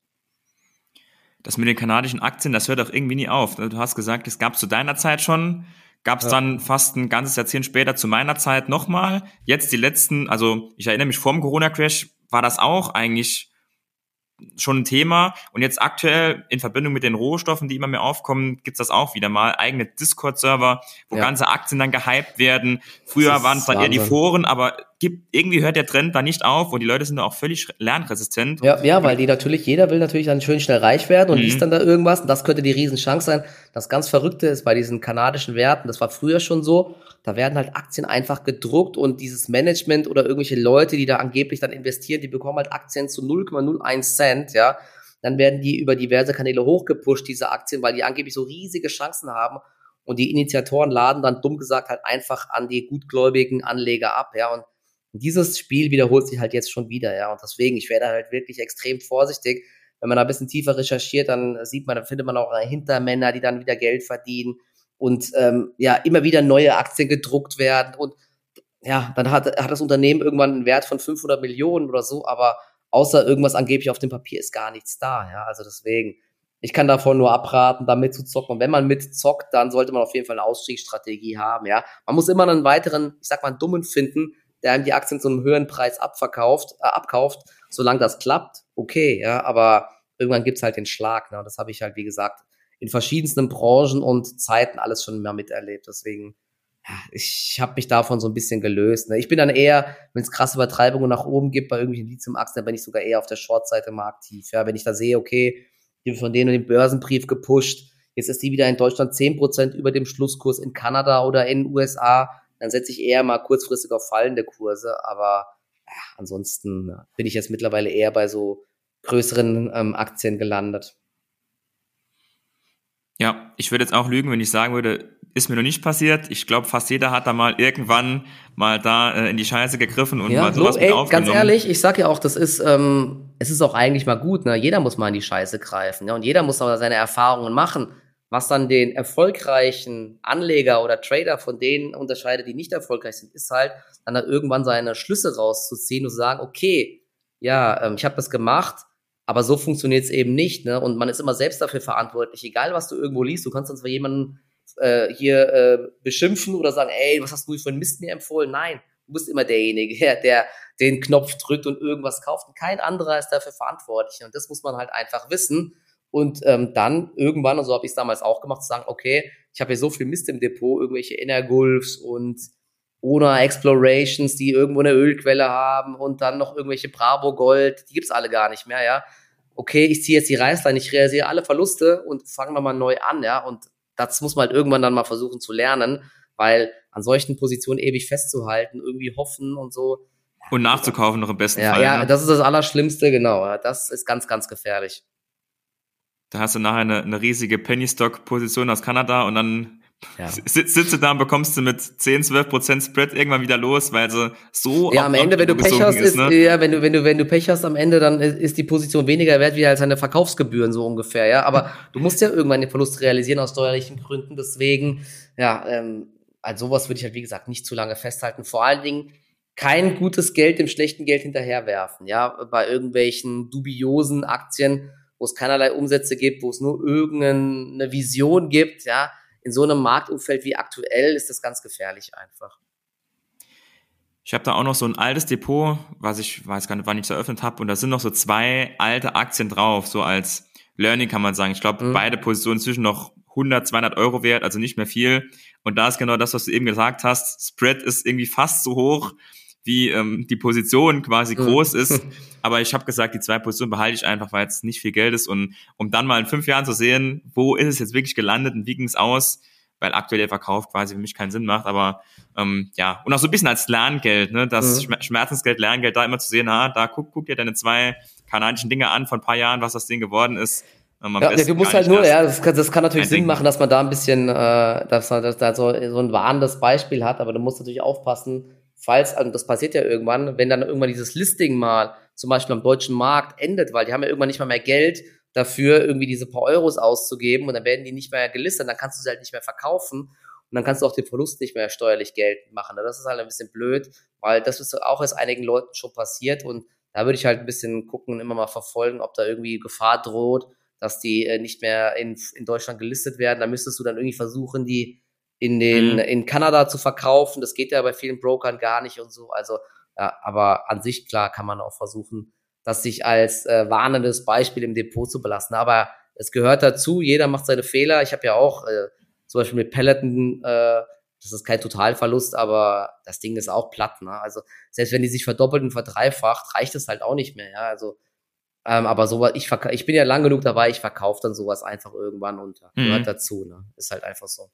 Das mit den kanadischen Aktien, das hört auch irgendwie nie auf. Du hast gesagt, es gab es zu deiner Zeit schon, gab es ja. dann fast ein ganzes Jahrzehnt später zu meiner Zeit nochmal. Jetzt die letzten, also ich erinnere mich, vor dem Corona-Crash war das auch eigentlich schon ein Thema und jetzt aktuell in Verbindung mit den Rohstoffen, die immer mehr aufkommen, gibt's das auch wieder mal, eigene Discord-Server, wo ja. ganze Aktien dann gehypt werden. Früher waren es dann Wahnsinn. Eher die Foren, aber gibt, irgendwie hört der Trend da nicht auf und die Leute sind da auch völlig lernresistent. Ja, ja, weil die natürlich, jeder will natürlich dann schön schnell reich werden und mhm. liest dann da irgendwas und das könnte die Riesenchance sein. Das ganz Verrückte ist bei diesen kanadischen Werten, das war früher schon so, da werden halt Aktien einfach gedruckt und dieses Management oder irgendwelche Leute, die da angeblich dann investieren, die bekommen halt Aktien zu null Komma null eins Cent, ja. Dann werden die über diverse Kanäle hochgepusht, diese Aktien, weil die angeblich so riesige Chancen haben und die Initiatoren laden dann dumm gesagt halt einfach an die gutgläubigen Anleger ab, ja. Und dieses Spiel wiederholt sich halt jetzt schon wieder, ja. Und deswegen, ich werde halt wirklich extrem vorsichtig. Wenn man da ein bisschen tiefer recherchiert, dann sieht man, dann findet man auch Hintermänner, die dann wieder Geld verdienen und ähm, ja, immer wieder neue Aktien gedruckt werden und ja, dann hat, hat das Unternehmen irgendwann einen Wert von fünfhundert Millionen oder so, aber außer irgendwas angeblich auf dem Papier ist gar nichts da, ja, also deswegen, ich kann davon nur abraten, da mitzuzocken und wenn man mitzockt, dann sollte man auf jeden Fall eine Ausstiegsstrategie haben, ja, man muss immer einen weiteren, ich sag mal, einen Dummen finden, der einem die Aktien zu einem höheren Preis abverkauft, äh, abkauft, solange das klappt, okay, ja, aber irgendwann gibt's halt den Schlag, ne, und das habe ich halt, wie gesagt, in verschiedensten Branchen und Zeiten alles schon mehr miterlebt. Deswegen, ja, ich habe mich davon so ein bisschen gelöst. Ne? Ich bin dann eher, wenn es krasse Übertreibungen nach oben gibt bei irgendwelchen Lithium-Aktien, dann bin ich sogar eher auf der Short-Seite mal aktiv. Ja, wenn ich da sehe, okay, die wird von denen den Börsenbrief gepusht, jetzt ist die wieder in Deutschland zehn Prozent über dem Schlusskurs in Kanada oder in den U S A, dann setze ich eher mal kurzfristig auf fallende Kurse. Aber ja, ansonsten bin ich jetzt mittlerweile eher bei so größeren ähm, Aktien gelandet. Ja, ich würde jetzt auch lügen, wenn ich sagen würde, ist mir noch nicht passiert. Ich glaube, fast jeder hat da mal irgendwann mal da äh, in die Scheiße gegriffen und ja, mal sowas so, mit ey, aufgenommen. Ganz ehrlich, ich sag ja auch, das ist, ähm, es ist auch eigentlich mal gut, ne? Jeder muss mal in die Scheiße greifen, ja, und jeder muss aber seine Erfahrungen machen. Was dann den erfolgreichen Anleger oder Trader von denen unterscheidet, die nicht erfolgreich sind, ist halt, dann da irgendwann seine Schlüsse rauszuziehen und zu sagen, okay, ja, ähm, ich habe das gemacht, Aber so funktioniert es eben nicht, ne? Und man ist immer selbst dafür verantwortlich, egal was du irgendwo liest. Du kannst dann zwar jemanden äh, hier äh, beschimpfen oder sagen, ey, was hast du für einen Mist mir empfohlen? Nein, du bist immer derjenige, der, der den Knopf drückt und irgendwas kauft. Und kein anderer ist dafür verantwortlich. Und das muss man halt einfach wissen. Und ähm, dann irgendwann, und so habe ich es damals auch gemacht, zu sagen, okay, ich habe hier so viel Mist im Depot, irgendwelche Energulfs und Ona Explorations, die irgendwo eine Ölquelle haben und dann noch irgendwelche Bravo Gold, die gibt's alle gar nicht mehr, ja. Okay, ich ziehe jetzt die Reißleine, ich realisiere alle Verluste und fangen wir mal neu an, ja. Und das muss man halt irgendwann dann mal versuchen zu lernen, weil an solchen Positionen ewig festzuhalten, irgendwie hoffen und so. Und nachzukaufen noch im besten ja, Fall. Ja, ne? Das ist das Allerschlimmste, genau. Ja. Das ist ganz, ganz gefährlich. Da hast du nachher eine, eine riesige Penny-Stock-Position aus Kanada und dann ja. sitzt, sitzt du da und bekommst du mit zehn, zwölf Prozent Spread irgendwann wieder los, weil sie so ja, am Ende, wenn du Pech hast, ist, ne? ja, wenn du, wenn du, wenn du Pech hast am Ende, dann ist die Position weniger wert wie halt seine Verkaufsgebühren so ungefähr, ja. Aber du musst ja irgendwann den Verlust realisieren aus steuerlichen Gründen. Deswegen, ja, ähm, also sowas würde ich halt, wie gesagt, nicht zu lange festhalten. Vor allen Dingen kein gutes Geld dem schlechten Geld hinterherwerfen, ja, bei irgendwelchen dubiosen Aktien, wo es keinerlei Umsätze gibt, wo es nur irgendeine Vision gibt, ja. In so einem Marktumfeld wie aktuell ist das ganz gefährlich einfach. Ich habe da auch noch so ein altes Depot, was ich weiß gar nicht, wann ich es eröffnet habe, und da sind noch so zwei alte Aktien drauf, so als Learning kann man sagen. Ich glaube, mhm. beide Positionen zwischen noch hundert, zweihundert Euro wert, also nicht mehr viel. Und da ist genau das, was du eben gesagt hast. Spread ist irgendwie fast so hoch, wie ähm, die Position quasi groß mhm. ist. Aber ich habe gesagt, die zwei Positionen behalte ich einfach, weil es nicht viel Geld ist. Und um dann mal in fünf Jahren zu sehen, wo ist es jetzt wirklich gelandet und wie ging es aus, weil aktuell der Verkauf quasi für mich keinen Sinn macht. Aber ähm, ja, und auch so ein bisschen als Lerngeld, ne, das mhm. Schmerzensgeld, Lerngeld, da immer zu sehen, ah, da guck, guck dir deine zwei kanadischen Dinge an von ein paar Jahren, was das Ding geworden ist. Ähm, ja, du musst halt nur, ja, das kann, das kann natürlich Sinn machen, dass man da ein bisschen, äh, dass man dass da so, so ein warnendes Beispiel hat, aber du musst natürlich aufpassen, falls, also das passiert ja irgendwann, wenn dann irgendwann dieses Listing mal zum Beispiel am deutschen Markt endet, weil die haben ja irgendwann nicht mal mehr Geld dafür, irgendwie diese paar Euros auszugeben und dann werden die nicht mehr gelistet, dann kannst du sie halt nicht mehr verkaufen und dann kannst du auch den Verlust nicht mehr steuerlich geltend machen. Das ist halt ein bisschen blöd, weil das ist auch erst einigen Leuten schon passiert und da würde ich halt ein bisschen gucken und immer mal verfolgen, ob da irgendwie Gefahr droht, dass die äh, nicht mehr in, in Deutschland gelistet werden. Da müsstest du dann irgendwie versuchen, die in den mhm. in Kanada zu verkaufen. Das geht ja bei vielen Brokern gar nicht und so. Also, ja, aber an sich, klar, kann man auch versuchen, das sich als äh, warnendes Beispiel im Depot zu belassen. Aber es gehört dazu, jeder macht seine Fehler. Ich habe ja auch äh, zum Beispiel mit Peloton, äh, das ist kein Totalverlust, aber das Ding ist auch platt. Ne? Also selbst wenn die sich verdoppelt und verdreifacht, reicht es halt auch nicht mehr. Ja, also ähm, aber sowas, ich verka- ich bin ja lang genug dabei, ich verkaufe dann sowas einfach irgendwann und ja, gehört mhm. dazu. Ne? Ist halt einfach so.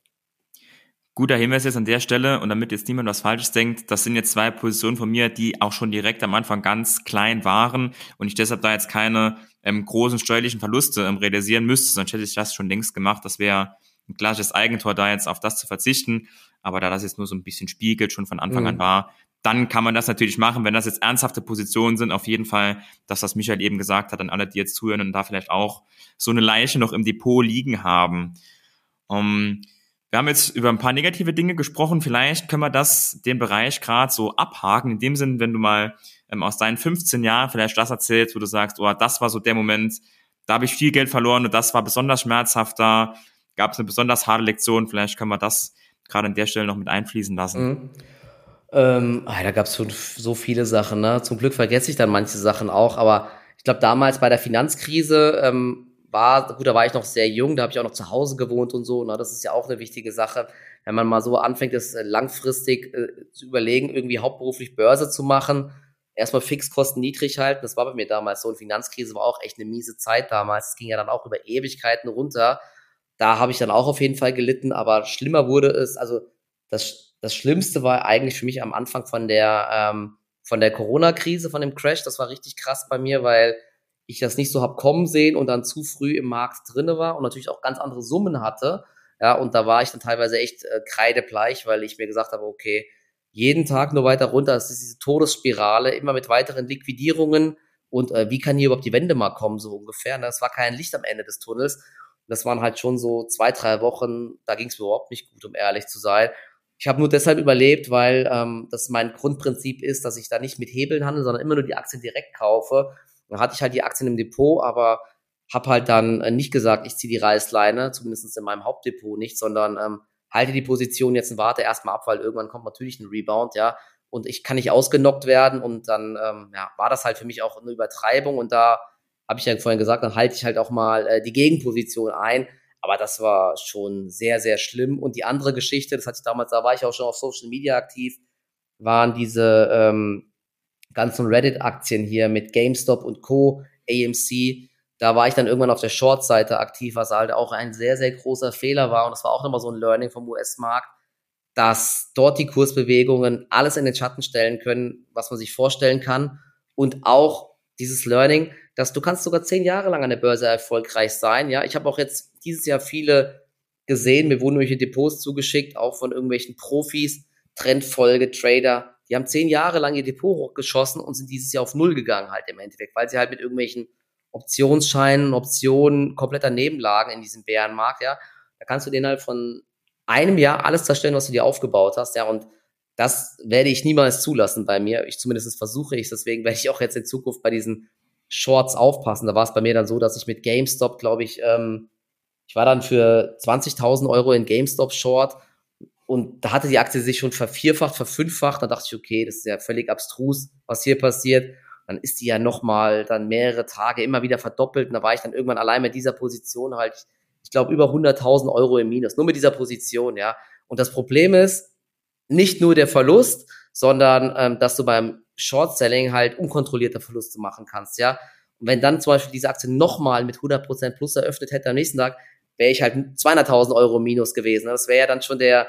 Guter Hinweis jetzt an der Stelle, und damit jetzt niemand was Falsches denkt, das sind jetzt zwei Positionen von mir, die auch schon direkt am Anfang ganz klein waren und ich deshalb da jetzt keine ähm, großen steuerlichen Verluste ähm, realisieren müsste, sonst hätte ich das schon längst gemacht. Das wäre ein klassisches Eigentor, da jetzt auf das zu verzichten. Aber da das jetzt nur so ein bisschen spiegelt, schon von Anfang mhm. an war, dann kann man das natürlich machen, wenn das jetzt ernsthafte Positionen sind, auf jeden Fall, das, was Michael eben gesagt hat, an alle, die jetzt zuhören und da vielleicht auch so eine Leiche noch im Depot liegen haben. Um, Wir haben jetzt über ein paar negative Dinge gesprochen. Vielleicht können wir das, den Bereich gerade so abhaken. In dem Sinn, wenn du mal ähm, aus deinen fünfzehn Jahren vielleicht das erzählst, wo du sagst, oh, das war so der Moment, da habe ich viel Geld verloren und das war besonders schmerzhaft, da gab es eine besonders harte Lektion. Vielleicht können wir das gerade an der Stelle noch mit einfließen lassen. Mhm. Ähm, da gab es schon so viele Sachen. Ne? Zum Glück vergesse ich dann manche Sachen auch. Aber ich glaube, damals bei der Finanzkrise ähm, war, gut, da war ich noch sehr jung, da habe ich auch noch zu Hause gewohnt und so, ne, das ist ja auch eine wichtige Sache, wenn man mal so anfängt, das langfristig äh, zu überlegen, irgendwie hauptberuflich Börse zu machen, erstmal Fixkosten niedrig halten, das war bei mir damals so, und Finanzkrise war auch echt eine miese Zeit damals, es ging ja dann auch über Ewigkeiten runter, da habe ich dann auch auf jeden Fall gelitten, aber schlimmer wurde es, also das, das Schlimmste war eigentlich für mich am Anfang von der, ähm, von der Corona-Krise, von dem Crash, das war richtig krass bei mir, weil ich das nicht so hab kommen sehen und dann zu früh im Markt drinne war und natürlich auch ganz andere Summen hatte. Ja, und da war ich dann teilweise echt äh, kreidebleich, weil ich mir gesagt habe, okay, jeden Tag nur weiter runter, das ist diese Todesspirale, immer mit weiteren Liquidierungen und äh, wie kann hier überhaupt die Wende mal kommen, so ungefähr. Und das war kein Licht am Ende des Tunnels. Und das waren halt schon so zwei, drei Wochen, da ging es mir überhaupt nicht gut, um ehrlich zu sein. Ich habe nur deshalb überlebt, weil ähm, das mein Grundprinzip ist, dass ich da nicht mit Hebeln handle, sondern immer nur die Aktien direkt kaufe. Dann hatte ich halt die Aktien im Depot, aber habe halt dann nicht gesagt, ich ziehe die Reißleine, zumindest in meinem Hauptdepot nicht, sondern ähm, halte die Position jetzt und warte erstmal ab, weil irgendwann kommt natürlich ein Rebound, ja, und ich kann nicht ausgenockt werden und dann ähm, ja, war das halt für mich auch eine Übertreibung und da habe ich ja vorhin gesagt, dann halte ich halt auch mal äh, die Gegenposition ein, aber das war schon sehr, sehr schlimm und die andere Geschichte, das hatte ich damals, da war ich auch schon auf Social Media aktiv, waren diese ähm, ganzen Reddit-Aktien hier mit GameStop und Co., A M C, da war ich dann irgendwann auf der Short-Seite aktiv, was halt auch ein sehr, sehr großer Fehler war und das war auch nochmal so ein Learning vom U S-Markt, dass dort die Kursbewegungen alles in den Schatten stellen können, was man sich vorstellen kann und auch dieses Learning, dass du kannst sogar zehn Jahre lang an der Börse erfolgreich sein, ja, ich habe auch jetzt dieses Jahr viele gesehen, mir wurden irgendwelche Depots zugeschickt, auch von irgendwelchen Profis, Trendfolge, Trader, die haben zehn Jahre lang ihr Depot hochgeschossen und sind dieses Jahr auf Null gegangen halt im Endeffekt, weil sie halt mit irgendwelchen Optionsscheinen, Optionen komplett daneben lagen in diesem Bärenmarkt, ja. Da kannst du den halt von einem Jahr alles zerstören, was du dir aufgebaut hast, ja. Und das werde ich niemals zulassen bei mir. Ich zumindest versuche ich es. Deswegen werde ich auch jetzt in Zukunft bei diesen Shorts aufpassen. Da war es bei mir dann so, dass ich mit GameStop, glaube ich, ähm, ich war dann für zwanzigtausend Euro in GameStop Short und da hatte die Aktie sich schon vervierfacht, verfünffacht. Da dachte ich, okay, das ist ja völlig abstrus, was hier passiert. Dann ist die ja nochmal dann mehrere Tage immer wieder verdoppelt. Und da war ich dann irgendwann allein mit dieser Position halt, ich glaube, über hunderttausend Euro im Minus. Nur mit dieser Position, ja. Und das Problem ist, nicht nur der Verlust, sondern ähm, dass du beim Short-Selling halt unkontrollierte Verluste machen kannst, ja. Und wenn dann zum Beispiel diese Aktie nochmal mit hundert Prozent plus eröffnet hätte am nächsten Tag, wäre ich halt zweihunderttausend Euro im Minus gewesen. Das wäre ja dann schon der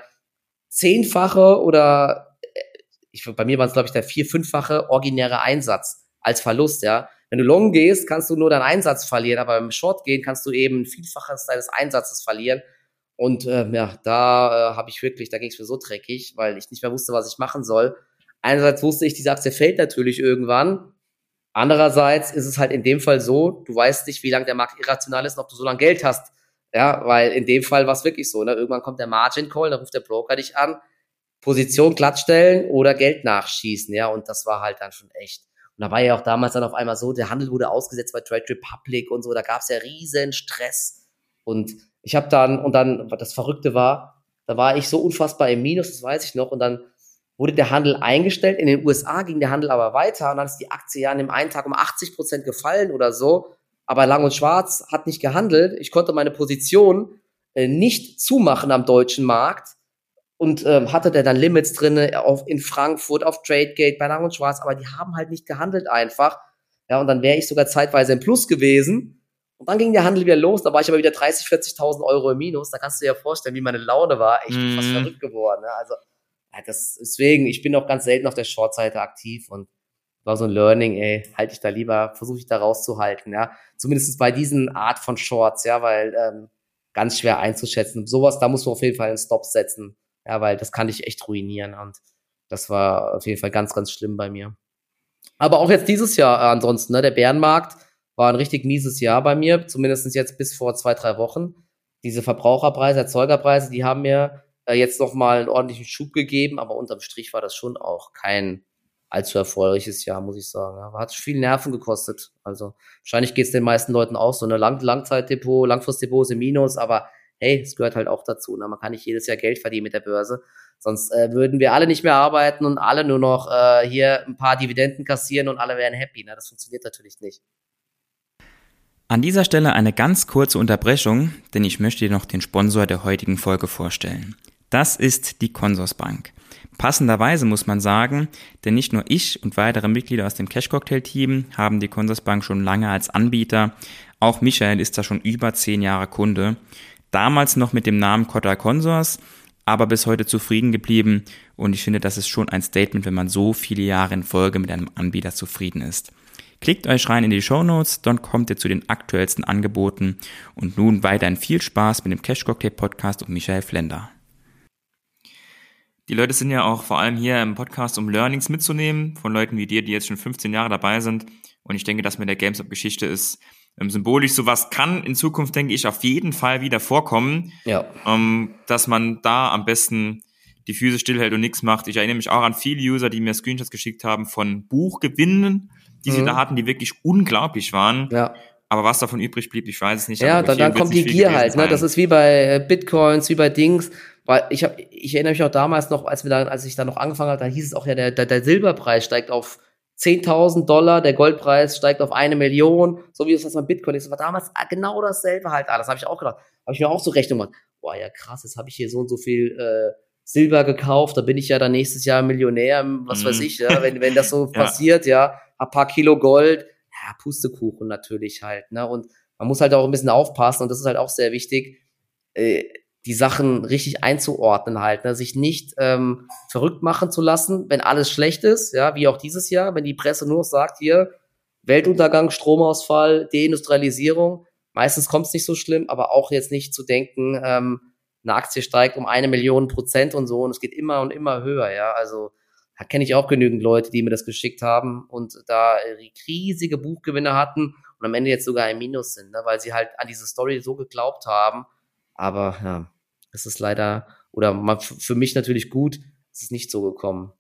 zehnfache oder ich, bei mir waren es, glaube ich, der vier-, fünffache originäre Einsatz als Verlust, ja. Wenn du long gehst, kannst du nur deinen Einsatz verlieren, aber beim Short gehen kannst du eben ein Vielfaches deines Einsatzes verlieren. Und äh, ja, da äh, habe ich wirklich, da ging es mir so dreckig, weil ich nicht mehr wusste, was ich machen soll. Einerseits wusste ich, diese Aktie fällt natürlich irgendwann. Andererseits ist es halt in dem Fall so, du weißt nicht, wie lange der Markt irrational ist und ob du so lange Geld hast. Ja, weil in dem Fall war es wirklich so, ne? Irgendwann kommt der Margin Call, dann ruft der Broker dich an, Position glattstellen oder Geld nachschießen, ja, und das war halt dann schon echt. Und da war ja auch damals dann auf einmal so, der Handel wurde ausgesetzt bei Trade Republic und so, da gab es ja riesen Stress. Und ich habe dann, und dann, das Verrückte war, da war ich so unfassbar im Minus, das weiß ich noch, und dann wurde der Handel eingestellt. In den U S A ging der Handel aber weiter und dann ist die Aktie ja an dem einen Tag um achtzig Prozent gefallen oder so. Aber Lang und Schwarz hat nicht gehandelt. Ich konnte meine Position äh, nicht zumachen am deutschen Markt. Und ähm, hatte der dann Limits drin auf, in Frankfurt, auf Tradegate, bei Lang und Schwarz, aber die haben halt nicht gehandelt einfach. Ja, und dann wäre ich sogar zeitweise im Plus gewesen. Und dann ging der Handel wieder los, da war ich aber wieder dreißig, vierzigtausend Euro im Minus. Da kannst du dir ja vorstellen, wie meine Laune war. Ich bin mm. fast verrückt geworden. Ne? Also, ja, das, deswegen, ich bin auch ganz selten auf der Short-Seite aktiv und war so ein Learning, ey, halte ich da lieber, versuche ich da rauszuhalten, ja. Zumindest bei diesen Art von Shorts, ja, weil ähm, ganz schwer einzuschätzen. Sowas, da musst du auf jeden Fall einen Stop setzen. Ja, weil das kann dich echt ruinieren und das war auf jeden Fall ganz, ganz schlimm bei mir. Aber auch jetzt dieses Jahr äh, ansonsten, ne, der Bärenmarkt war ein richtig mieses Jahr bei mir, zumindest jetzt bis vor zwei, drei Wochen. Diese Verbraucherpreise, Erzeugerpreise, die haben mir äh, jetzt nochmal einen ordentlichen Schub gegeben, aber unterm Strich war das schon auch kein allzu erfolgreiches Jahr, muss ich sagen. Aber hat viel Nerven gekostet. Also wahrscheinlich geht es den meisten Leuten auch so, ne, Lang- Langzeitdepot, Langfristdepot ist im Minus, aber hey, es gehört halt auch dazu. Ne? Man kann nicht jedes Jahr Geld verdienen mit der Börse. Sonst äh, würden wir alle nicht mehr arbeiten und alle nur noch äh, hier ein paar Dividenden kassieren und alle wären happy. Ne? Das funktioniert natürlich nicht. An dieser Stelle eine ganz kurze Unterbrechung, denn ich möchte dir noch den Sponsor der heutigen Folge vorstellen. Das ist die Consorsbank. Passenderweise muss man sagen, denn nicht nur ich und weitere Mitglieder aus dem Cash-Cocktail-Team haben die Consorsbank schon lange als Anbieter. Auch Michael ist da schon über zehn Jahre Kunde. Damals noch mit dem Namen Kottay Consors, aber bis heute zufrieden geblieben und ich finde, das ist schon ein Statement, wenn man so viele Jahre in Folge mit einem Anbieter zufrieden ist. Klickt euch rein in die Shownotes, dort kommt ihr zu den aktuellsten Angeboten und nun weiterhin viel Spaß mit dem Cash Cocktail Podcast und Michael Flender. Die Leute sind ja auch vor allem hier im Podcast, um Learnings mitzunehmen von Leuten wie dir, die jetzt schon fünfzehn Jahre dabei sind und ich denke, dass mit der GameStop-Geschichte ist Ähm, symbolisch, sowas kann in Zukunft, denke ich, auf jeden Fall wieder vorkommen, ja. ähm, dass man da am besten die Füße stillhält und nichts macht. Ich erinnere mich auch an viele User, die mir Screenshots geschickt haben von Buchgewinnen, die Mhm. sie da hatten, die wirklich unglaublich waren. Ja. Aber was davon übrig blieb, ich weiß es nicht. Ja, aber dann, hier dann wird's kommt nicht die viel Gier gewesen halt, ne? sein. Das ist wie bei äh, Bitcoins, wie bei Dings. Weil ich hab, ich erinnere mich auch damals noch, als wir da, als ich da noch angefangen habe, da hieß es auch ja, der, der, der Silberpreis steigt auf zehntausend Dollar, der Goldpreis steigt auf eine Million, so wie es das bei Bitcoin ist. Das war damals genau dasselbe halt. Ah, das habe ich auch gedacht. Habe ich mir auch so Rechnung gemacht. Boah, ja krass, jetzt habe ich hier so und so viel äh, Silber gekauft, da bin ich ja dann nächstes Jahr Millionär, was Mhm. weiß ich, ja, wenn, wenn das so Ja. passiert, ja, ein paar Kilo Gold, ja, Pustekuchen natürlich halt, ne, und man muss halt auch ein bisschen aufpassen und das ist halt auch sehr wichtig, äh, die Sachen richtig einzuordnen halt, ne, sich nicht ähm, verrückt machen zu lassen, wenn alles schlecht ist, ja, wie auch dieses Jahr, wenn die Presse nur sagt, hier, Weltuntergang, Stromausfall, Deindustrialisierung, meistens kommt es nicht so schlimm, aber auch jetzt nicht zu denken, ähm, eine Aktie steigt um eine Million Prozent und so und es geht immer und immer höher, ja, also da kenne ich auch genügend Leute, die mir das geschickt haben und da riesige Buchgewinne hatten und am Ende jetzt sogar im Minus sind, ne, weil sie halt an diese Story so geglaubt haben, aber ja, es ist leider, oder mal f- für mich natürlich gut, es ist nicht so gekommen.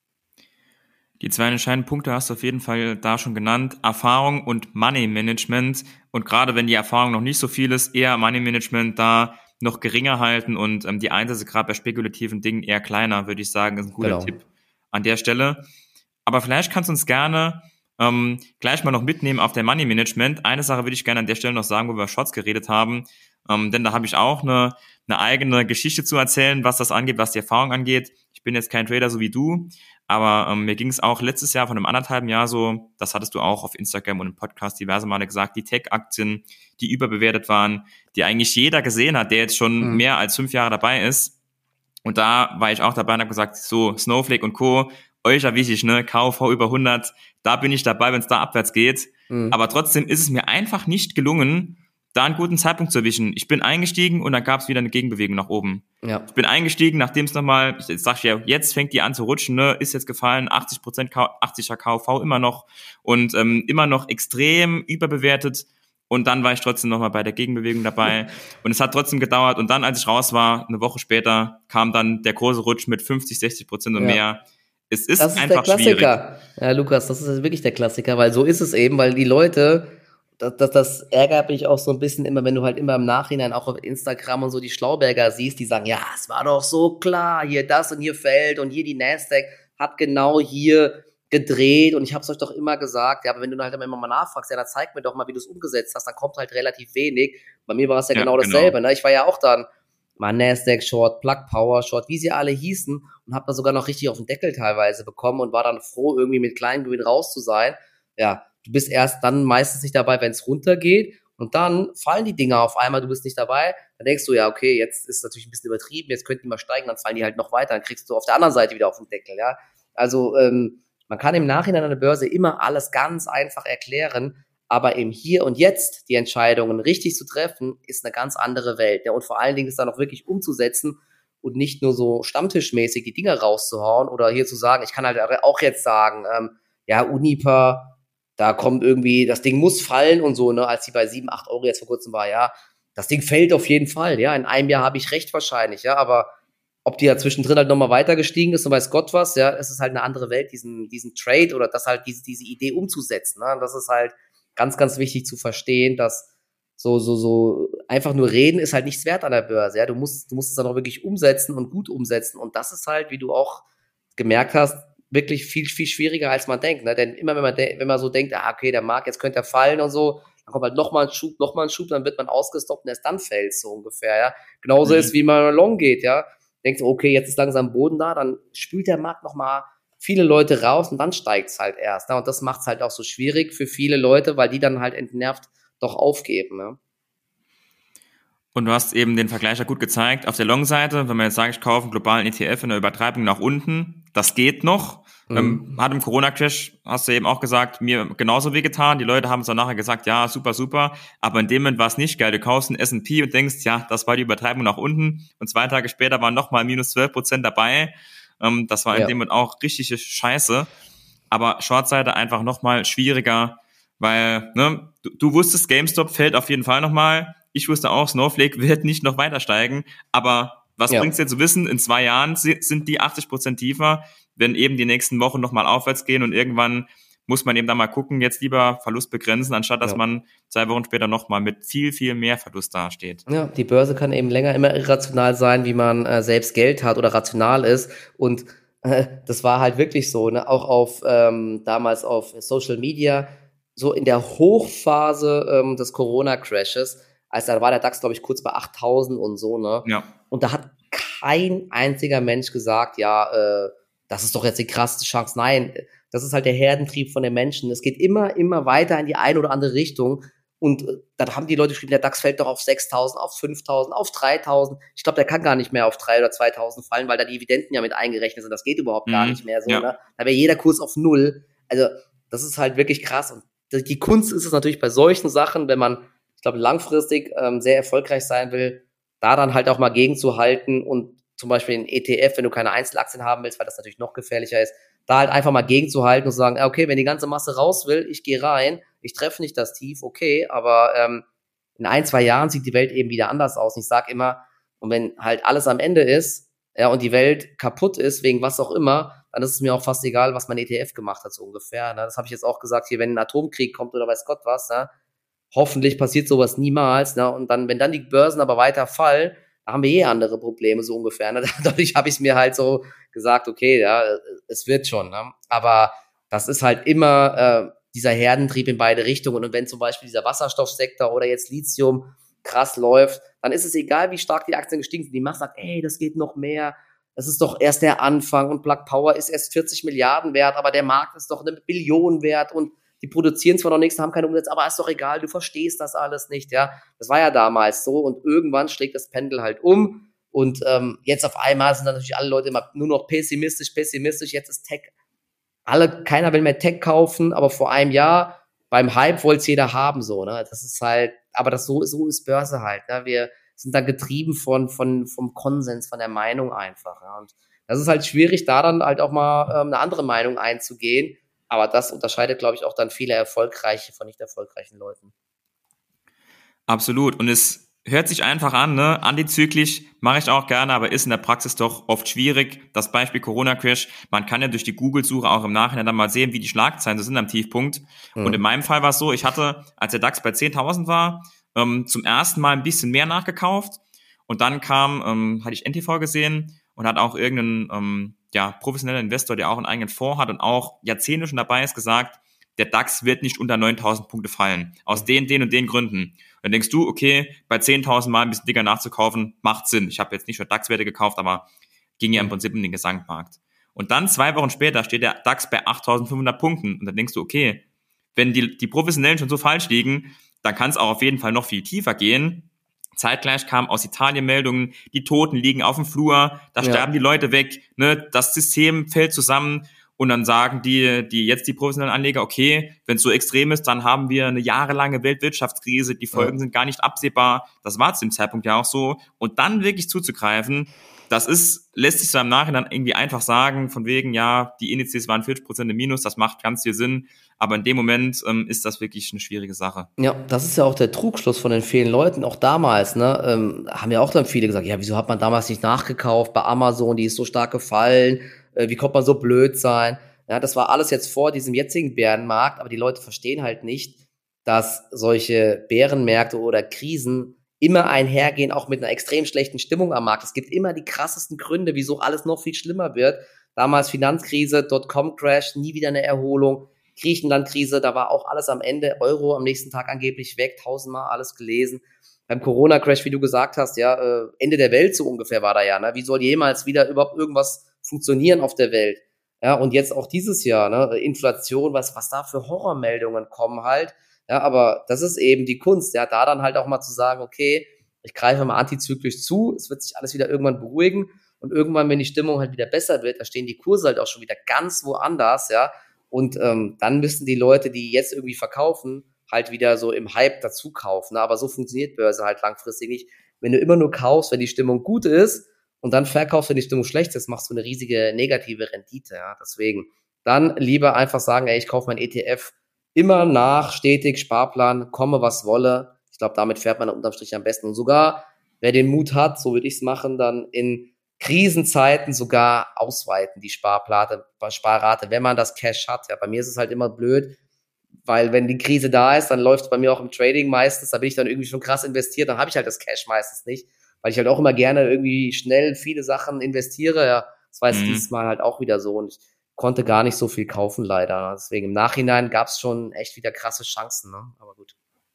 Die zwei entscheidenden Punkte hast du auf jeden Fall da schon genannt. Erfahrung und Money Management. Und gerade wenn die Erfahrung noch nicht so viel ist, eher Money Management da noch geringer halten und ähm, die Einsätze gerade bei spekulativen Dingen eher kleiner, würde ich sagen, ist ein guter Genau. Tipp an der Stelle. Aber vielleicht kannst du uns gerne ähm, gleich mal noch mitnehmen auf der Money Management. Eine Sache würde ich gerne an der Stelle noch sagen, wo wir über Shorts geredet haben, ähm, denn da habe ich auch eine, eine eigene Geschichte zu erzählen, was das angeht, was die Erfahrung angeht. Ich bin jetzt kein Trader so wie du, aber ähm, mir ging es auch letztes Jahr von einem anderthalben Jahr so, das hattest du auch auf Instagram und im Podcast diverse Male gesagt, die Tech-Aktien, die überbewertet waren, die eigentlich jeder gesehen hat, der jetzt schon Mhm. mehr als fünf Jahre dabei ist. Und da war ich auch dabei und habe gesagt, so Snowflake und Co., euch ja wichtig, ne, K U V über hundert, da bin ich dabei, wenn es da abwärts geht. Mhm. Aber trotzdem ist es mir einfach nicht gelungen, da einen guten Zeitpunkt zu erwischen. Ich bin eingestiegen und dann gab es wieder eine Gegenbewegung nach oben. Ja. Ich bin eingestiegen, nachdem es nochmal, jetzt sag ich ja, jetzt fängt die an zu rutschen, ne, ist jetzt gefallen, achtzig Prozent, achtziger K U V immer noch und ähm, immer noch extrem überbewertet. Und dann war ich trotzdem nochmal bei der Gegenbewegung dabei. Und es hat trotzdem gedauert. Und dann, als ich raus war, eine Woche später, kam dann der große Rutsch mit fünfzig, sechzig Prozent und Ja. mehr. Es ist, Das ist einfach der schwierig. Klassiker. Ja, Lukas, das ist wirklich der Klassiker, weil so ist es eben, weil die Leute, das, das, das ärgert mich auch so ein bisschen immer, wenn du halt immer im Nachhinein auch auf Instagram und so die Schlauberger siehst, die sagen, ja, es war doch so klar, hier das und hier fällt und hier die Nasdaq hat genau hier gedreht und ich habe es euch doch immer gesagt, ja, aber wenn du halt immer mal nachfragst, ja, dann zeig mir doch mal, wie du es umgesetzt hast, dann kommt halt relativ wenig. Bei mir war es ja, Ja, genau genau. dasselbe, ne? Ich war ja auch dann mal Nasdaq Short, Plug Power Short, wie sie alle hießen und habe da sogar noch richtig auf den Deckel teilweise bekommen und war dann froh, irgendwie mit kleinen Gewinn raus zu sein. Ja, du bist erst dann meistens nicht dabei, wenn es runtergeht und dann fallen die Dinger auf einmal, du bist nicht dabei, dann denkst du, ja, okay, jetzt ist es natürlich ein bisschen übertrieben, jetzt könnten die mal steigen, dann fallen die halt noch weiter, dann kriegst du auf der anderen Seite wieder auf den Deckel, ja. Also, ähm, man kann im Nachhinein an der Börse immer alles ganz einfach erklären, aber im Hier und Jetzt die Entscheidungen richtig zu treffen, ist eine ganz andere Welt. Ja, und vor allen Dingen ist dann auch wirklich umzusetzen und nicht nur so stammtischmäßig die Dinger rauszuhauen oder hier zu sagen, ich kann halt auch jetzt sagen, ähm, ja, Uniper, da kommt irgendwie, das Ding muss fallen und so, ne, als die bei sieben, acht Euro jetzt vor kurzem war, ja, das Ding fällt auf jeden Fall, ja, in einem Jahr habe ich recht wahrscheinlich, ja, aber ob die ja zwischendrin halt nochmal weiter gestiegen ist und weiß Gott was, ja, es ist halt eine andere Welt, diesen, diesen Trade oder das halt, diese, diese Idee umzusetzen, ne, das ist halt ganz, ganz wichtig zu verstehen, dass so, so, so einfach nur reden ist halt nichts wert an der Börse, ja, du musst, du musst es dann auch wirklich umsetzen und gut umsetzen und das ist halt, wie du auch gemerkt hast, wirklich viel, viel schwieriger, als man denkt, ne, denn immer, wenn man, de- wenn man so denkt, ah, okay, der Markt, jetzt könnte er fallen und so, dann kommt halt nochmal ein Schub, nochmal ein Schub, dann wird man ausgestoppt und erst dann fällt so ungefähr, ja, genauso Mhm. ist, wie man long geht, ja, denkst du, okay, jetzt ist langsam Boden da, dann spült der Markt nochmal viele Leute raus und dann steigt's halt erst, ne, und das macht's halt auch so schwierig für viele Leute, weil die dann halt entnervt doch aufgeben, ne. Und du hast eben den Vergleich ja gut gezeigt. Auf der Long-Seite, wenn man jetzt sagt, ich kaufe einen globalen E T F in der Übertreibung nach unten, das geht noch. Mhm. Ähm, hat im Corona-Crash, hast du eben auch gesagt, mir genauso wehgetan. Die Leute haben es dann nachher gesagt, ja, super, super. Aber in dem Moment war es nicht geil. Du kaufst einen S und P und denkst, ja, das war die Übertreibung nach unten. Und zwei Tage später waren nochmal minus zwölf Prozent dabei. Ähm, das war in Ja. dem Moment auch richtige Scheiße. Aber Short-Seite einfach nochmal schwieriger, weil ne, du, du wusstest, GameStop fällt auf jeden Fall nochmal. Ich wusste auch, Snowflake wird nicht noch weiter steigen. Aber was Ja. bringt's dir zu wissen? In zwei Jahren si- sind die achtzig Prozent tiefer, wenn eben die nächsten Wochen nochmal aufwärts gehen und irgendwann muss man eben dann mal gucken, jetzt lieber Verlust begrenzen, anstatt dass ja. man zwei Wochen später nochmal mit viel, viel mehr Verlust dasteht. Ja, die Börse kann eben länger immer irrational sein, wie man äh, selbst Geld hat oder rational ist. Und äh, das war halt wirklich so, ne? Auch auf ähm, damals auf Social Media, so in der Hochphase ähm, des Corona-Crashes, also da war der DAX, glaube ich, kurz bei achttausend und so, ne? Ja. Und da hat kein einziger Mensch gesagt, ja, äh, das ist doch jetzt die krasseste Chance. Nein, das ist halt der Herdentrieb von den Menschen. Es geht immer, immer weiter in die eine oder andere Richtung. Und äh, dann haben die Leute geschrieben, der DAX fällt doch auf sechstausend, auf fünftausend, auf dreitausend. Ich glaube, der kann gar nicht mehr auf dreitausend oder zweitausend fallen, weil da die Dividenden ja mit eingerechnet sind. Das geht überhaupt mhm. gar nicht mehr so. Ja. Ne? Da wäre jeder Kurs auf null. Also das ist halt wirklich krass. Und die Kunst ist es natürlich bei solchen Sachen, wenn man, ich glaube, langfristig ähm, sehr erfolgreich sein will, da dann halt auch mal gegenzuhalten und zum Beispiel in E T F, wenn du keine Einzelaktien haben willst, weil das natürlich noch gefährlicher ist, da halt einfach mal gegenzuhalten und zu sagen, okay, wenn die ganze Masse raus will, ich gehe rein, ich treffe nicht das Tief, okay, aber ähm, in ein, zwei Jahren sieht die Welt eben wieder anders aus. Und ich sage immer, und wenn halt alles am Ende ist, ja, und die Welt kaputt ist, wegen was auch immer, dann ist es mir auch fast egal, was mein E T F gemacht hat, so ungefähr. Ne? Das habe ich jetzt auch gesagt, hier, wenn ein Atomkrieg kommt oder weiß Gott was, ne? Hoffentlich passiert sowas niemals, ne? Und dann, wenn dann die Börsen aber weiter fallen, da haben wir eh andere Probleme, so ungefähr. Ne? Dadurch habe ich es mir halt so gesagt, okay, ja, es wird schon. Ne? Aber das ist halt immer äh, dieser Herdentrieb in beide Richtungen. Und wenn zum Beispiel dieser Wasserstoffsektor oder jetzt Lithium krass läuft, dann ist es egal, wie stark die Aktien gestiegen sind. Die Masse sagt, ey, das geht noch mehr. Das ist doch erst der Anfang und Plug Power ist erst vierzig Milliarden wert, aber der Markt ist doch eine Billion wert und die produzieren zwar noch nichts, haben keine Umsätze, aber ist doch egal, du verstehst das alles nicht, ja. Das war ja damals so und irgendwann schlägt das Pendel halt um und ähm, jetzt auf einmal sind dann natürlich alle Leute immer nur noch pessimistisch, pessimistisch, jetzt ist Tech, alle, keiner will mehr Tech kaufen, aber vor einem Jahr beim Hype wollte es jeder haben, so, ne. Das ist halt, aber das so, so ist Börse halt, ne. Wir sind dann getrieben von, von, vom Konsens, von der Meinung einfach, ja. Und das ist halt schwierig, da dann halt auch mal ähm, eine andere Meinung einzugehen. Aber das unterscheidet, glaube ich, auch dann viele erfolgreiche von nicht erfolgreichen Leuten. Absolut. Und es hört sich einfach an, ne? Antizyklisch mache ich auch gerne, aber ist in der Praxis doch oft schwierig. Das Beispiel Corona-Crash, man kann ja durch die Google-Suche auch im Nachhinein dann mal sehen, wie die Schlagzeilen so sind am Tiefpunkt. Mhm. Und in meinem Fall war es so, ich hatte, als der DAX bei zehntausend war, ähm, zum ersten Mal ein bisschen mehr nachgekauft. Und dann kam, ähm, hatte ich N T V gesehen und hat auch irgendeinen ähm, ja, professioneller Investor, der auch einen eigenen Fonds hat und auch Jahrzehnte schon dabei ist, gesagt, der DAX wird nicht unter neuntausend Punkte fallen. Aus den, den und den Gründen. Und dann denkst du, okay, bei zehntausend Mal ein bisschen dicker nachzukaufen, macht Sinn. Ich habe jetzt nicht schon DAX-Werte gekauft, aber ging ja im Prinzip um den Gesamtmarkt. Und dann zwei Wochen später steht der DAX bei achttausendfünfhundert Punkten. Und dann denkst du, okay, wenn die, die Professionellen schon so falsch liegen, dann kann es auch auf jeden Fall noch viel tiefer gehen. Zeitgleich kamen aus Italien Meldungen, die Toten liegen auf dem Flur, da ja. sterben die Leute weg, ne, das System fällt zusammen und dann sagen die, die jetzt die professionellen Anleger, okay, wenn es so extrem ist, dann haben wir eine jahrelange Weltwirtschaftskrise, die Folgen ja. sind gar nicht absehbar, das war zu dem Zeitpunkt ja auch so und dann wirklich zuzugreifen, das ist, lässt sich so im Nachhinein irgendwie einfach sagen, von wegen, ja, die Indizes waren vierzig Prozent im Minus, das macht ganz viel Sinn, aber in dem Moment ähm, ist das wirklich eine schwierige Sache. Ja, das ist ja auch der Trugschluss von den vielen Leuten, auch damals, ne, ähm, haben ja auch dann viele gesagt, ja, wieso hat man damals nicht nachgekauft bei Amazon, die ist so stark gefallen, äh, wie konnte man so blöd sein? Ja, das war alles jetzt vor diesem jetzigen Bärenmarkt, aber die Leute verstehen halt nicht, dass solche Bärenmärkte oder Krisen immer einhergehen, auch mit einer extrem schlechten Stimmung am Markt. Es gibt immer die krassesten Gründe, wieso alles noch viel schlimmer wird. Damals Finanzkrise, Dotcom-Crash, nie wieder eine Erholung. Griechenland-Krise, da war auch alles am Ende. Euro am nächsten Tag angeblich weg, tausendmal alles gelesen. Beim Corona-Crash, wie du gesagt hast, ja, Ende der Welt so ungefähr war da ja. Ne? Wie soll jemals wieder überhaupt irgendwas funktionieren auf der Welt? Ja, und jetzt auch dieses Jahr, ne, Inflation, was, was da für Horrormeldungen kommen halt. Ja, aber das ist eben die Kunst, ja, da dann halt auch mal zu sagen, okay, ich greife mal antizyklisch zu, es wird sich alles wieder irgendwann beruhigen und irgendwann, wenn die Stimmung halt wieder besser wird, da stehen die Kurse halt auch schon wieder ganz woanders, ja, und ähm, dann müssen die Leute, die jetzt irgendwie verkaufen, halt wieder so im Hype dazu kaufen, ne? Aber so funktioniert Börse halt langfristig nicht. Wenn du immer nur kaufst, wenn die Stimmung gut ist und dann verkaufst, wenn die Stimmung schlecht ist, machst du eine riesige negative Rendite, ja, deswegen dann lieber einfach sagen, ey, ich kaufe mein E T F immer nach, stetig, Sparplan, komme was wolle. Ich glaube, damit fährt man unterm Strich am besten. Und sogar, wer den Mut hat, so würde ich es machen, dann in Krisenzeiten sogar ausweiten, die Sparrate, Sparrate, wenn man das Cash hat. Ja, bei mir ist es halt immer blöd, weil wenn die Krise da ist, dann läuft es bei mir auch im Trading meistens, da bin ich dann irgendwie schon krass investiert, dann habe ich halt das Cash meistens nicht, weil ich halt auch immer gerne irgendwie schnell viele Sachen investiere. Ja, das war jetzt mhm. dieses Mal halt auch wieder so und ich konnte gar nicht so viel kaufen leider. Deswegen im Nachhinein gab es schon echt wieder krasse Chancen, ne? Aber gut.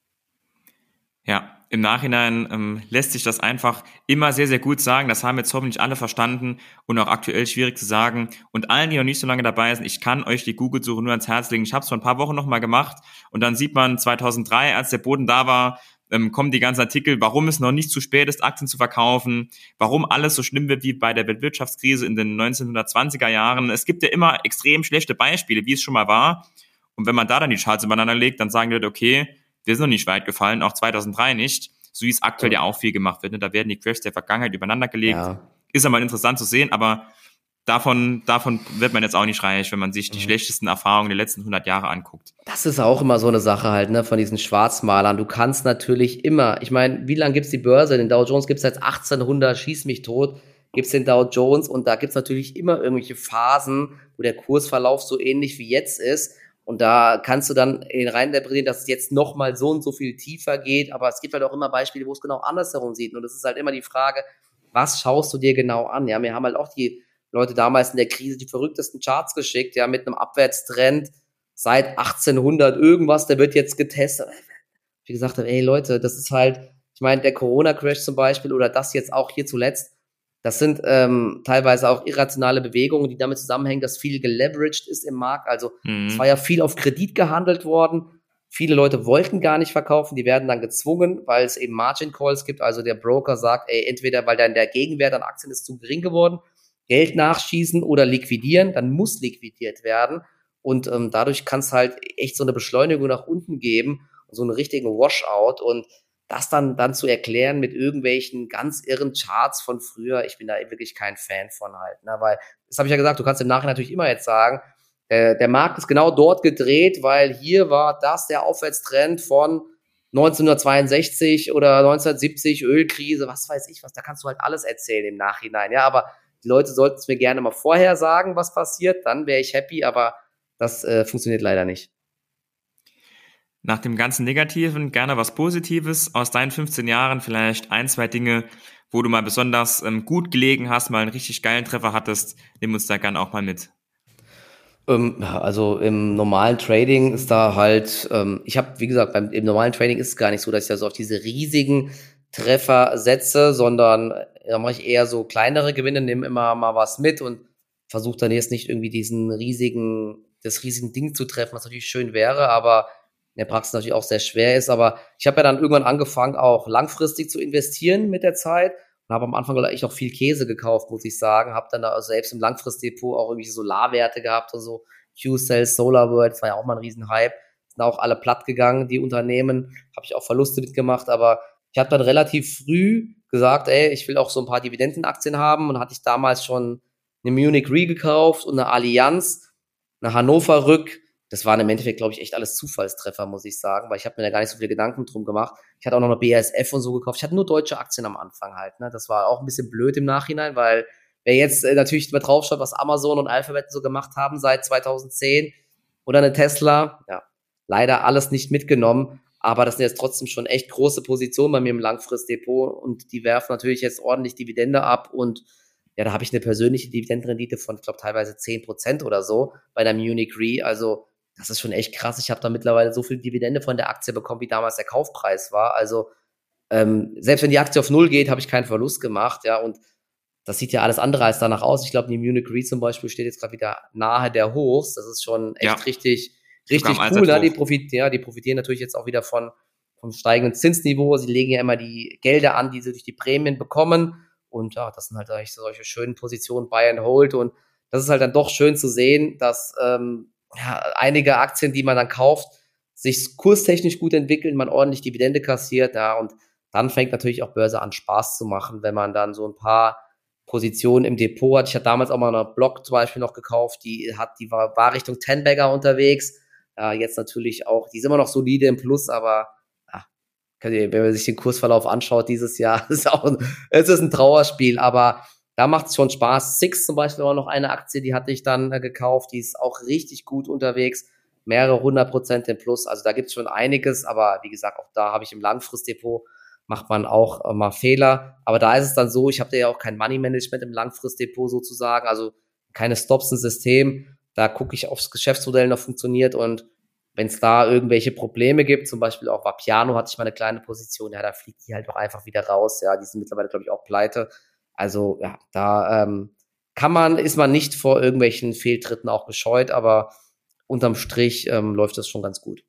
Ja, im Nachhinein ähm, lässt sich das einfach immer sehr, sehr gut sagen. Das haben jetzt hoffentlich alle verstanden und auch aktuell schwierig zu sagen. Und allen, die noch nicht so lange dabei sind, ich kann euch die Google-Suche nur ans Herz legen. Ich habe es vor ein paar Wochen nochmal gemacht und dann sieht man zweitausenddrei, als der Boden da war, ähm, kommen die ganzen Artikel, warum es noch nicht zu spät ist, Aktien zu verkaufen, warum alles so schlimm wird wie bei der Weltwirtschaftskrise in den neunzehnhundertzwanziger Jahren. Es gibt ja immer extrem schlechte Beispiele, wie es schon mal war. Und wenn man da dann die Charts übereinander legt, dann sagen die Leute, okay, wir sind noch nicht weit gefallen, auch zweitausenddrei nicht, so wie es aktuell ja auch viel gemacht wird. Ne? Da werden die Crashs der Vergangenheit übereinander gelegt. Ja. Ist aber interessant zu sehen, aber davon, davon wird man jetzt auch nicht reich, wenn man sich die mhm. schlechtesten Erfahrungen der letzten hundert Jahre anguckt. Das ist auch immer so eine Sache halt, ne, von diesen Schwarzmalern. Du kannst natürlich immer, ich meine, wie lange gibt's die Börse? Den Dow Jones gibt's seit achtzehnhundert, schieß mich tot, gibt's den Dow Jones und da gibt's natürlich immer irgendwelche Phasen, wo der Kursverlauf so ähnlich wie jetzt ist. Und da kannst du dann in rein interpretieren, dass es jetzt nochmal so und so viel tiefer geht. Aber es gibt halt auch immer Beispiele, wo es genau andersherum sieht. Und das ist halt immer die Frage, was schaust du dir genau an? Ja, mir haben halt auch die Leute damals in der Krise die verrücktesten Charts geschickt, ja, mit einem Abwärtstrend seit achtzehnhundert irgendwas, der wird jetzt getestet. Wie gesagt, ey Leute, das ist halt, ich meine, der Corona-Crash zum Beispiel oder das jetzt auch hier zuletzt, das sind ähm, teilweise auch irrationale Bewegungen, die damit zusammenhängen, dass viel geleveraged ist im Markt. Also mhm. es war ja viel auf Kredit gehandelt worden. Viele Leute wollten gar nicht verkaufen, die werden dann gezwungen, weil es eben Margin Calls gibt. Also der Broker sagt, ey, entweder weil dann der Gegenwert an Aktien ist zu gering geworden, Geld nachschießen oder liquidieren, dann muss liquidiert werden. Und ähm, dadurch kann es halt echt so eine Beschleunigung nach unten geben, so einen richtigen Washout. Und das dann, dann zu erklären mit irgendwelchen ganz irren Charts von früher, ich bin da wirklich kein Fan von halt, ne? Weil, das habe ich ja gesagt, du kannst im Nachhinein natürlich immer jetzt sagen, äh, der Markt ist genau dort gedreht, weil hier war das der Aufwärtstrend von neunzehnhundertzweiundsechzig oder neunzehnhundertsiebzig, Ölkrise, was weiß ich was, da kannst du halt alles erzählen im Nachhinein, ja, aber die Leute sollten es mir gerne mal vorher sagen, was passiert, dann wäre ich happy, aber das äh, funktioniert leider nicht. Nach dem ganzen Negativen gerne was Positives aus deinen fünfzehn Jahren, vielleicht ein, zwei Dinge, wo du mal besonders ähm, gut gelegen hast, mal einen richtig geilen Treffer hattest, nimm uns da gerne auch mal mit. Ähm, also im normalen Trading ist da halt, ähm, ich habe, wie gesagt, beim, im normalen Trading ist es gar nicht so, dass ich da so auf diese riesigen Treffer setze, sondern da mache ich eher so kleinere Gewinne, nehme immer mal was mit und versuche dann jetzt nicht irgendwie diesen riesigen, das riesigen Ding zu treffen, was natürlich schön wäre, aber in der Praxis natürlich auch sehr schwer ist, aber ich habe ja dann irgendwann angefangen, auch langfristig zu investieren mit der Zeit und habe am Anfang echt auch viel Käse gekauft, muss ich sagen, habe dann da selbst im Langfristdepot auch irgendwie Solarwerte gehabt und so, Q-Cell, SolarWorld, das war ja auch mal ein Riesenhype, sind auch alle platt gegangen, die Unternehmen, habe ich auch Verluste mitgemacht, aber ich habe dann relativ früh gesagt, ey, ich will auch so ein paar Dividendenaktien haben und hatte ich damals schon eine Munich Re gekauft und eine Allianz, eine Hannover Rück. Das waren im Endeffekt, glaube ich, echt alles Zufallstreffer, muss ich sagen, weil ich habe mir da gar nicht so viele Gedanken drum gemacht. Ich hatte auch noch eine B A S F und so gekauft. Ich hatte nur deutsche Aktien am Anfang halt. Ne? Das war auch ein bisschen blöd im Nachhinein, weil wer jetzt äh, natürlich mal draufschaut, was Amazon und Alphabet so gemacht haben seit zweitausendzehn oder eine Tesla, ja, leider alles nicht mitgenommen. Aber das sind jetzt trotzdem schon echt große Positionen bei mir im Langfristdepot und die werfen natürlich jetzt ordentlich Dividende ab und ja, da habe ich eine persönliche Dividendenrendite von, ich glaube, teilweise zehn Prozent oder so bei der Munich Re. Also das ist schon echt krass. Ich habe da mittlerweile so viel Dividende von der Aktie bekommen, wie damals der Kaufpreis war. Also ähm, selbst wenn die Aktie auf Null geht, habe ich keinen Verlust gemacht. Ja, und das sieht ja alles andere als danach aus. Ich glaube, die Munich Re zum Beispiel steht jetzt gerade wieder nahe der Hochs. Das ist schon echt ja. richtig, richtig cool. Ja, die, profit- ja, die profitieren natürlich jetzt auch wieder von vom steigenden Zinsniveau. Sie legen ja immer die Gelder an, die sie durch die Prämien bekommen. Und ja, das sind halt eigentlich solche schönen Positionen, Buy and Hold. Und das ist halt dann doch schön zu sehen, dass ähm, ja, einige Aktien, die man dann kauft, sich kurstechnisch gut entwickeln, man ordentlich Dividende kassiert. Ja, und dann fängt natürlich auch Börse an, Spaß zu machen, wenn man dann so ein paar Positionen im Depot hat. Ich hatte damals auch mal eine Block zum Beispiel noch gekauft, die hat, die war, war Richtung Ten-Bagger unterwegs. Ja, jetzt natürlich auch, die ist immer noch solide im Plus, aber wenn man sich den Kursverlauf anschaut dieses Jahr, ist auch ein, es ist ein Trauerspiel, aber da macht es schon Spaß. Six zum Beispiel war noch eine Aktie, die hatte ich dann äh, gekauft, die ist auch richtig gut unterwegs, mehrere hundert Prozent im Plus, also da gibt es schon einiges, aber wie gesagt, auch da habe ich im Langfristdepot, macht man auch äh, mal Fehler, aber da ist es dann so, ich habe ja auch kein Money-Management im Langfristdepot sozusagen, also keine Stops im System, da gucke ich aufs Geschäftsmodell noch funktioniert und wenn es da irgendwelche Probleme gibt, zum Beispiel auch Vapiano hatte ich mal eine kleine Position, ja, da fliegt die halt auch einfach wieder raus, ja, die sind mittlerweile, glaube ich, auch pleite. Also, ja, da ähm, kann man, ist man nicht vor irgendwelchen Fehltritten auch gescheut, aber unterm Strich ähm, läuft das schon ganz gut.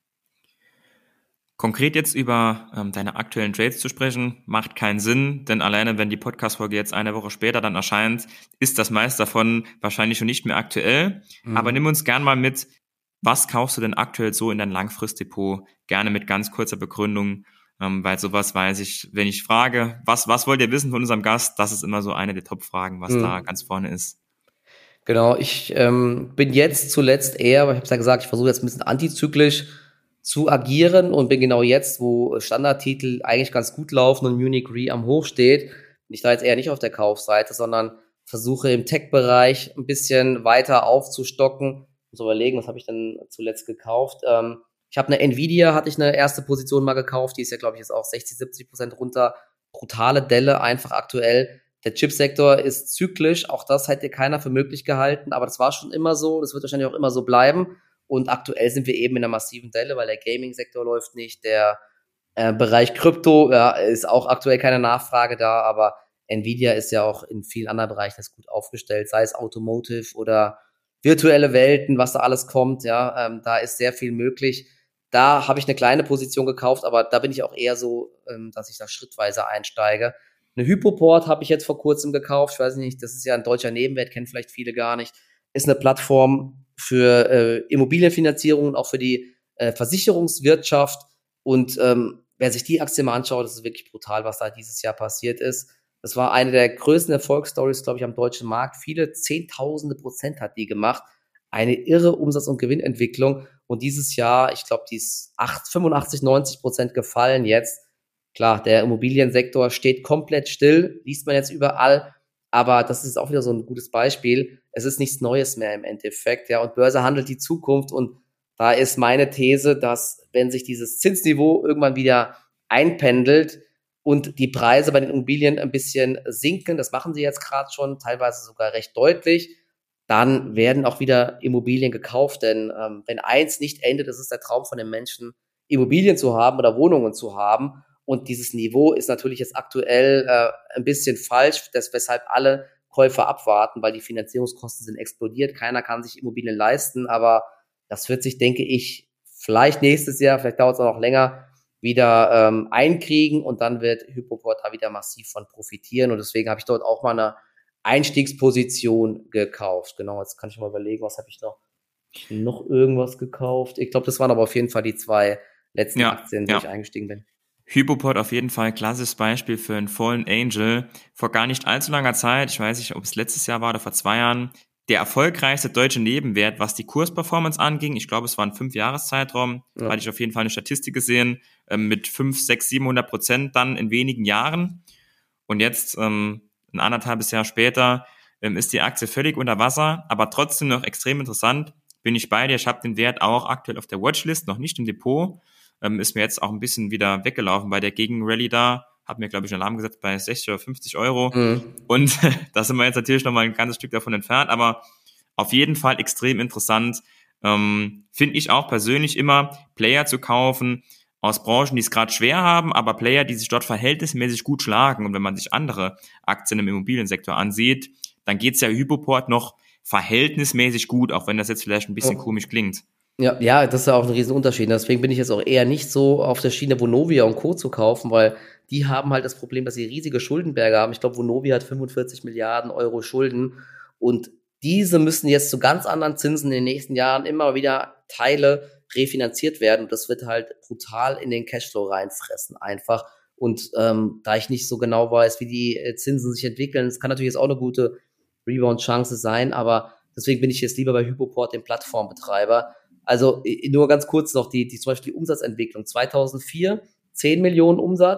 Konkret jetzt über ähm, deine aktuellen Trades zu sprechen, macht keinen Sinn, denn alleine, wenn die Podcast-Folge jetzt eine Woche später dann erscheint, ist das meiste davon wahrscheinlich schon nicht mehr aktuell. Mhm. Aber nimm uns gern mal mit, was kaufst du denn aktuell so in dein Langfristdepot? Gerne mit ganz kurzer Begründung, ähm, weil sowas weiß ich, wenn ich frage, was, was wollt ihr wissen von unserem Gast? Das ist immer so eine der Top-Fragen, was mhm. da ganz vorne ist. Genau, ich ähm, bin jetzt zuletzt eher, ich habe es ja gesagt, ich versuche jetzt ein bisschen antizyklisch zu agieren und bin genau jetzt, wo Standardtitel eigentlich ganz gut laufen und Munich Re am Hoch steht, bin ich da jetzt eher nicht auf der Kaufseite, sondern versuche im Tech-Bereich ein bisschen weiter aufzustocken. So überlegen, was habe ich denn zuletzt gekauft? Ähm, ich habe eine Nvidia, hatte ich eine erste Position mal gekauft, die ist ja, glaube ich, jetzt auch sechzig, siebzig Prozent runter. Brutale Delle, einfach aktuell. Der Chipsektor ist zyklisch, auch das hätte keiner für möglich gehalten, aber das war schon immer so, das wird wahrscheinlich auch immer so bleiben. Und aktuell sind wir eben in einer massiven Delle, weil der Gaming-Sektor läuft nicht, der äh, Bereich Krypto, ja, ist auch aktuell keine Nachfrage da, aber Nvidia ist ja auch in vielen anderen Bereichen gut aufgestellt, sei es Automotive oder virtuelle Welten, was da alles kommt, ja, ähm, da ist sehr viel möglich. Da habe ich eine kleine Position gekauft, aber da bin ich auch eher so, ähm, dass ich da schrittweise einsteige. Eine Hypoport habe ich jetzt vor kurzem gekauft, ich weiß nicht, das ist ja ein deutscher Nebenwert, kennen vielleicht viele gar nicht, ist eine Plattform für äh, Immobilienfinanzierung und auch für die äh, Versicherungswirtschaft und ähm, wer sich die Aktie mal anschaut, das ist wirklich brutal, was da dieses Jahr passiert ist. Das war eine der größten Erfolgsstories, glaube ich, am deutschen Markt. Viele Zehntausende Prozent hat die gemacht. Eine irre Umsatz- und Gewinnentwicklung. Und dieses Jahr, ich glaube, die ist fünfundachtzig, neunzig Prozent gefallen jetzt. Klar, der Immobiliensektor steht komplett still, liest man jetzt überall. Aber das ist auch wieder so ein gutes Beispiel. Es ist nichts Neues mehr im Endeffekt. Ja, und Börse handelt die Zukunft. Und da ist meine These, dass wenn sich dieses Zinsniveau irgendwann wieder einpendelt, und die Preise bei den Immobilien ein bisschen sinken, das machen sie jetzt gerade schon, teilweise sogar recht deutlich, dann werden auch wieder Immobilien gekauft, denn ähm, wenn eins nicht endet, das ist der Traum von den Menschen, Immobilien zu haben oder Wohnungen zu haben und dieses Niveau ist natürlich jetzt aktuell äh, ein bisschen falsch, das, weshalb alle Käufer abwarten, weil die Finanzierungskosten sind explodiert, keiner kann sich Immobilien leisten, aber das wird sich, denke ich, vielleicht nächstes Jahr, vielleicht dauert es auch noch länger, wieder ähm, einkriegen und dann wird Hypoport da wieder massiv von profitieren und deswegen habe ich dort auch mal eine Einstiegsposition gekauft. Genau, jetzt kann ich mal überlegen, was habe ich noch noch irgendwas gekauft. Ich glaube, das waren aber auf jeden Fall die zwei letzten ja, Aktien, wo ja. ich eingestiegen bin. Hypoport auf jeden Fall klassisches Beispiel für einen Fallen Angel. Vor gar nicht allzu langer Zeit, ich weiß nicht, ob es letztes Jahr war oder vor zwei Jahren, der erfolgreichste deutsche Nebenwert, was die Kursperformance anging. Ich glaube, es war ein Fünf-Jahres-Zeitraum. Ja. Hatte ich auf jeden Fall eine Statistik gesehen, ähm, mit fünf, sechs, siebenhundert Prozent dann in wenigen Jahren. Und jetzt, ähm, ein anderthalbes Jahr später, ähm, ist die Aktie völlig unter Wasser, aber trotzdem noch extrem interessant. Bin ich bei dir. Ich habe den Wert auch aktuell auf der Watchlist, noch nicht im Depot. Ähm, ist mir jetzt auch ein bisschen wieder weggelaufen bei der Gegenrallye da. Hab mir, glaube ich, einen Alarm gesetzt bei sechzig oder fünfzig Euro. Mhm. Und da sind wir jetzt natürlich noch mal ein ganzes Stück davon entfernt, aber auf jeden Fall extrem interessant. Ähm, finde ich auch persönlich immer, Player zu kaufen aus Branchen, die es gerade schwer haben, aber Player, die sich dort verhältnismäßig gut schlagen. Und wenn man sich andere Aktien im Immobiliensektor ansieht, dann geht's ja Hypoport noch verhältnismäßig gut, auch wenn das jetzt vielleicht ein bisschen oh. komisch klingt. Ja, ja, das ist ja auch ein Riesenunterschied. Deswegen bin ich jetzt auch eher nicht so auf der Schiene, Vonovia und Co. zu kaufen, weil die haben halt das Problem, dass sie riesige Schuldenberge haben. Ich glaube, Vonovia hat fünfundvierzig Milliarden Euro Schulden und diese müssen jetzt zu ganz anderen Zinsen in den nächsten Jahren immer wieder Teile refinanziert werden. Und das wird halt brutal in den Cashflow reinfressen einfach. Und ähm, da ich nicht so genau weiß, wie die Zinsen sich entwickeln, es kann natürlich jetzt auch eine gute Rebound-Chance sein, aber deswegen bin ich jetzt lieber bei Hypoport, dem Plattformbetreiber. Also nur ganz kurz noch, die, die zum Beispiel die Umsatzentwicklung. zweitausendvier, zehn Millionen Umsatz,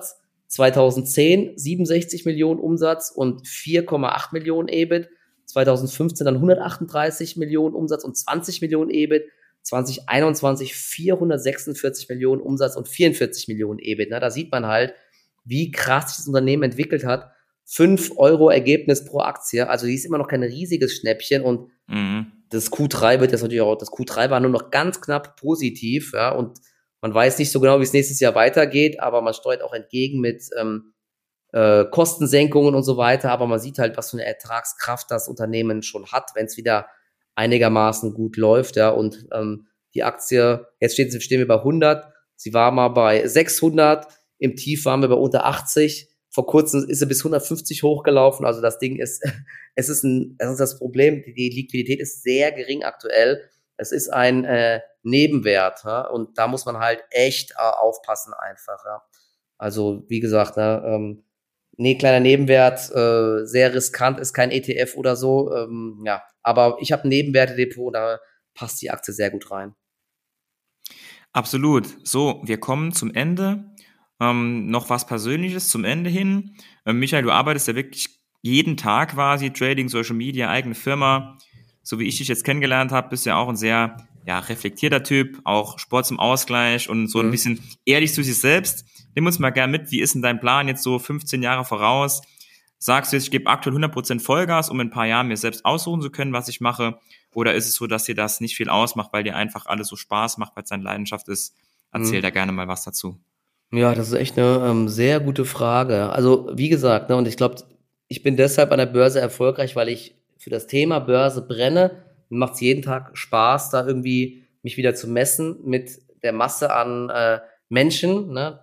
zweitausendzehn siebenundsechzig Millionen Umsatz und vier Komma acht Millionen E B I T. zweitausendfünfzehn dann hundertachtunddreißig Millionen Umsatz und zwanzig Millionen E B I T. zwanzig einundzwanzig vierhundertsechsundvierzig Millionen Umsatz und vierundvierzig Millionen E B I T. Na, da sieht man halt, wie krass sich das Unternehmen entwickelt hat. fünf Euro Ergebnis pro Aktie, also die ist immer noch kein riesiges Schnäppchen und mhm. das Q drei wird jetzt natürlich auch, das Q drei war nur noch ganz knapp positiv, ja, und man weiß nicht so genau, wie es nächstes Jahr weitergeht, aber man steuert auch entgegen mit ähm, äh, Kostensenkungen und so weiter, aber man sieht halt, was für eine Ertragskraft das Unternehmen schon hat, wenn es wieder einigermaßen gut läuft, ja, und ähm, die Aktie, jetzt steht, stehen wir bei hundert, sie war mal bei sechshundert, im Tief waren wir bei unter achtzig, vor kurzem ist sie bis hundertfünfzig hochgelaufen, also das Ding ist, es ist ein, das ist das Problem, die Liquidität ist sehr gering aktuell, es ist ein äh, Nebenwert, ja? Und da muss man halt echt äh, aufpassen einfach, ja. Also wie gesagt, ne, ähm, nee, kleiner Nebenwert, äh, sehr riskant, ist kein E T F oder so, ähm, ja, aber ich habe ein Nebenwerte-Depot und da passt die Aktie sehr gut rein. Absolut. So, wir kommen zum Ende. Ähm, noch was Persönliches zum Ende hin. Ähm, Michael, du arbeitest ja wirklich jeden Tag quasi, Trading, Social Media, eigene Firma. So wie ich dich jetzt kennengelernt habe, bist du ja auch ein sehr ja, reflektierter Typ, auch Sport zum Ausgleich und so mhm. ein bisschen ehrlich zu sich selbst. Nimm uns mal gerne mit, wie ist denn dein Plan jetzt so fünfzehn Jahre voraus? Sagst du jetzt, ich gebe aktuell hundert Prozent Vollgas, um in ein paar Jahren mir selbst aussuchen zu können, was ich mache? Oder ist es so, dass dir das nicht viel ausmacht, weil dir einfach alles so Spaß macht, weil es deine Leidenschaft ist? Erzähl mhm. da gerne mal was dazu. Ja, das ist echt eine ähm, sehr gute Frage. Also wie gesagt, ne, und ich glaube, ich bin deshalb an der Börse erfolgreich, weil ich für das Thema Börse brenne. Mir macht es jeden Tag Spaß, da irgendwie mich wieder zu messen mit der Masse an äh, Menschen. Ne?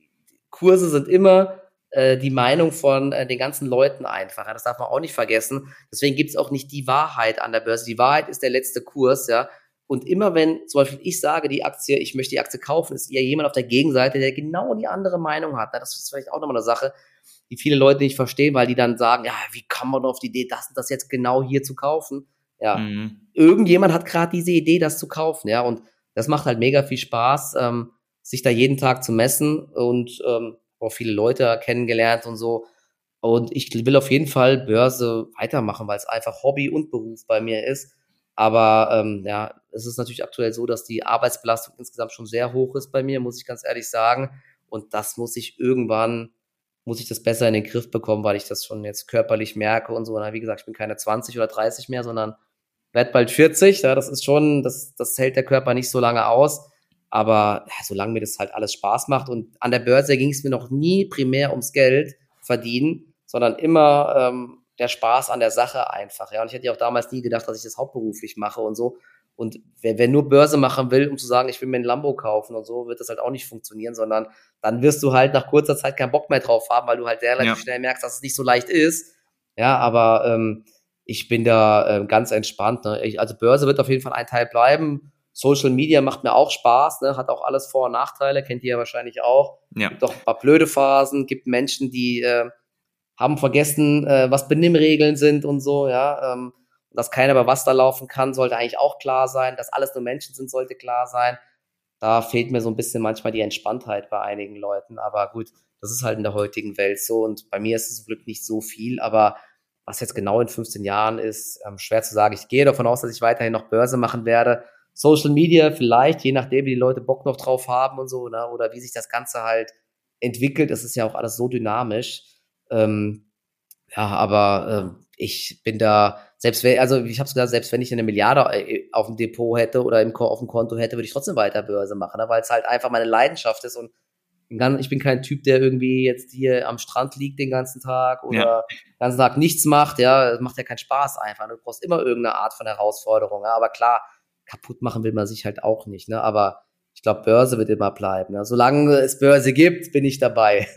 Kurse sind immer äh, die Meinung von äh, den ganzen Leuten einfach. Ja? Das darf man auch nicht vergessen. Deswegen gibt es auch nicht die Wahrheit an der Börse. Die Wahrheit ist der letzte Kurs, ja. Und immer wenn zum Beispiel ich sage, die Aktie, ich möchte die Aktie kaufen, ist ja jemand auf der Gegenseite, der genau die andere Meinung hat. Das ist vielleicht auch nochmal eine Sache, die viele Leute nicht verstehen, weil die dann sagen, ja, wie kann man auf die Idee, das und das jetzt genau hier zu kaufen? Ja, mhm. Irgendjemand hat gerade diese Idee, das zu kaufen, ja, und das macht halt mega viel Spaß, ähm, sich da jeden Tag zu messen und ähm, auch viele Leute kennengelernt und so. Und ich will auf jeden Fall Börse weitermachen, weil es einfach Hobby und Beruf bei mir ist. Aber ähm, ja, es ist natürlich aktuell so, dass die Arbeitsbelastung insgesamt schon sehr hoch ist bei mir, muss ich ganz ehrlich sagen. Und das muss ich irgendwann, muss ich das besser in den Griff bekommen, weil ich das schon jetzt körperlich merke und so. Und wie gesagt, ich bin keine zwanzig oder dreißig mehr, sondern werde bald vierzig. Ja, das ist schon, das, das hält der Körper nicht so lange aus. Aber ja, solange mir das halt alles Spaß macht. Und an der Börse ging es mir noch nie primär ums Geld verdienen, sondern immer ähm, der Spaß an der Sache einfach, ja. Und ich hätte ja auch damals nie gedacht, dass ich das hauptberuflich mache und so. Und wer, wer nur Börse machen will, um zu sagen, ich will mir ein Lambo kaufen und so, wird das halt auch nicht funktionieren, sondern dann wirst du halt nach kurzer Zeit keinen Bock mehr drauf haben, weil du halt relativ ja. schnell merkst, dass es nicht so leicht ist. Ja, aber ähm, ich bin da äh, ganz entspannt. Ne? Ich, also Börse wird auf jeden Fall ein Teil bleiben. Social Media macht mir auch Spaß, ne? Hat auch alles Vor- und Nachteile, kennt ihr ja wahrscheinlich auch. Ja. Gibt auch ein paar blöde Phasen, gibt Menschen, die äh, haben vergessen, äh, was Benimmregeln sind und so, ja, ähm, dass keiner über Wasser laufen kann, sollte eigentlich auch klar sein, dass alles nur Menschen sind, sollte klar sein. Da fehlt mir so ein bisschen manchmal die Entspanntheit bei einigen Leuten, aber gut, das ist halt in der heutigen Welt so und bei mir ist es zum Glück nicht so viel, aber was jetzt genau in fünfzehn Jahren ist, ähm, schwer zu sagen. Ich gehe davon aus, dass ich weiterhin noch Börse machen werde. Social Media vielleicht, je nachdem, wie die Leute Bock noch drauf haben und so, ne, oder wie sich das Ganze halt entwickelt. Es ist ja auch alles so dynamisch. Ähm, ja, aber äh, ich bin da, selbst wenn, also ich habe es gesagt, selbst wenn ich eine Milliarde auf dem Depot hätte oder im, auf dem Konto hätte, würde ich trotzdem weiter Börse machen, ne, weil es halt einfach meine Leidenschaft ist und ich bin kein Typ, der irgendwie jetzt hier am Strand liegt den ganzen Tag oder ja. den ganzen Tag nichts macht, ja, das macht ja keinen Spaß einfach, du brauchst immer irgendeine Art von Herausforderung, ja, aber klar, kaputt machen will man sich halt auch nicht, ne, aber ich glaube, Börse wird immer bleiben, ne? Solange es Börse gibt, bin ich dabei.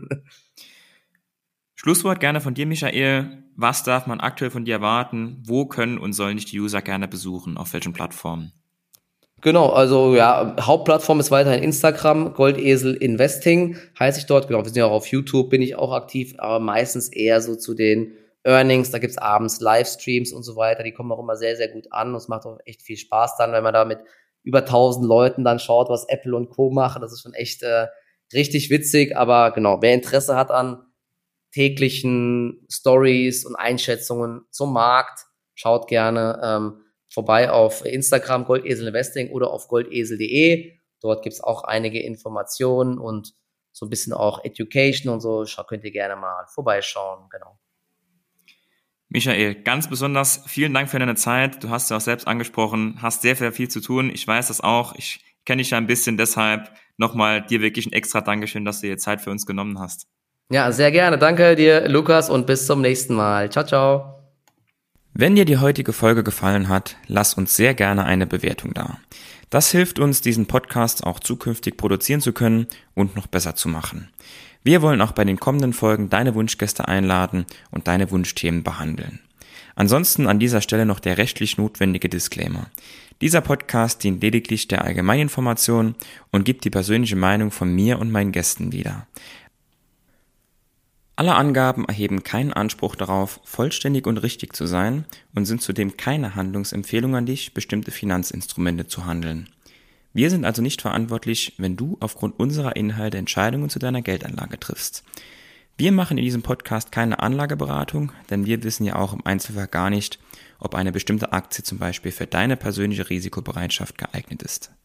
Schlusswort gerne von dir, Michael. Was darf man aktuell von dir erwarten? Wo können und sollen dich die User gerne besuchen? Auf welchen Plattformen? Genau, also ja, Hauptplattform ist weiterhin Instagram, Goldesel Investing heiße ich dort. Genau, wir sind ja auch auf YouTube, bin ich auch aktiv, aber meistens eher so zu den Earnings. Da gibt's abends Livestreams und so weiter. Die kommen auch immer sehr, sehr gut an. Es macht auch echt viel Spaß dann, wenn man da mit über tausend Leuten dann schaut, was Apple und Co. machen. Das ist schon echt äh, richtig witzig, aber genau, wer Interesse hat an täglichen Stories und Einschätzungen zum Markt, schaut gerne ähm, vorbei auf Instagram Goldesel Investing oder auf goldesel punkt de. Dort gibt's auch einige Informationen und so ein bisschen auch Education und so. Schau, könnt ihr gerne mal vorbeischauen, genau. Michael, ganz besonders vielen Dank für deine Zeit. Du hast ja auch selbst angesprochen, hast sehr, sehr viel zu tun. Ich weiß das auch. Ich kenne dich ja ein bisschen, deshalb nochmal dir wirklich ein extra Dankeschön, dass du dir Zeit für uns genommen hast. Ja, sehr gerne. Danke dir, Lukas, und bis zum nächsten Mal. Ciao, ciao. Wenn dir die heutige Folge gefallen hat, lass uns sehr gerne eine Bewertung da. Das hilft uns, diesen Podcast auch zukünftig produzieren zu können und noch besser zu machen. Wir wollen auch bei den kommenden Folgen deine Wunschgäste einladen und deine Wunschthemen behandeln. Ansonsten an dieser Stelle noch der rechtlich notwendige Disclaimer. Dieser Podcast dient lediglich der Allgemeininformation und gibt die persönliche Meinung von mir und meinen Gästen wieder. Alle Angaben erheben keinen Anspruch darauf, vollständig und richtig zu sein und sind zudem keine Handlungsempfehlung an dich, bestimmte Finanzinstrumente zu handeln. Wir sind also nicht verantwortlich, wenn du aufgrund unserer Inhalte Entscheidungen zu deiner Geldanlage triffst. Wir machen in diesem Podcast keine Anlageberatung, denn wir wissen ja auch im Einzelfall gar nicht, ob eine bestimmte Aktie zum Beispiel für deine persönliche Risikobereitschaft geeignet ist.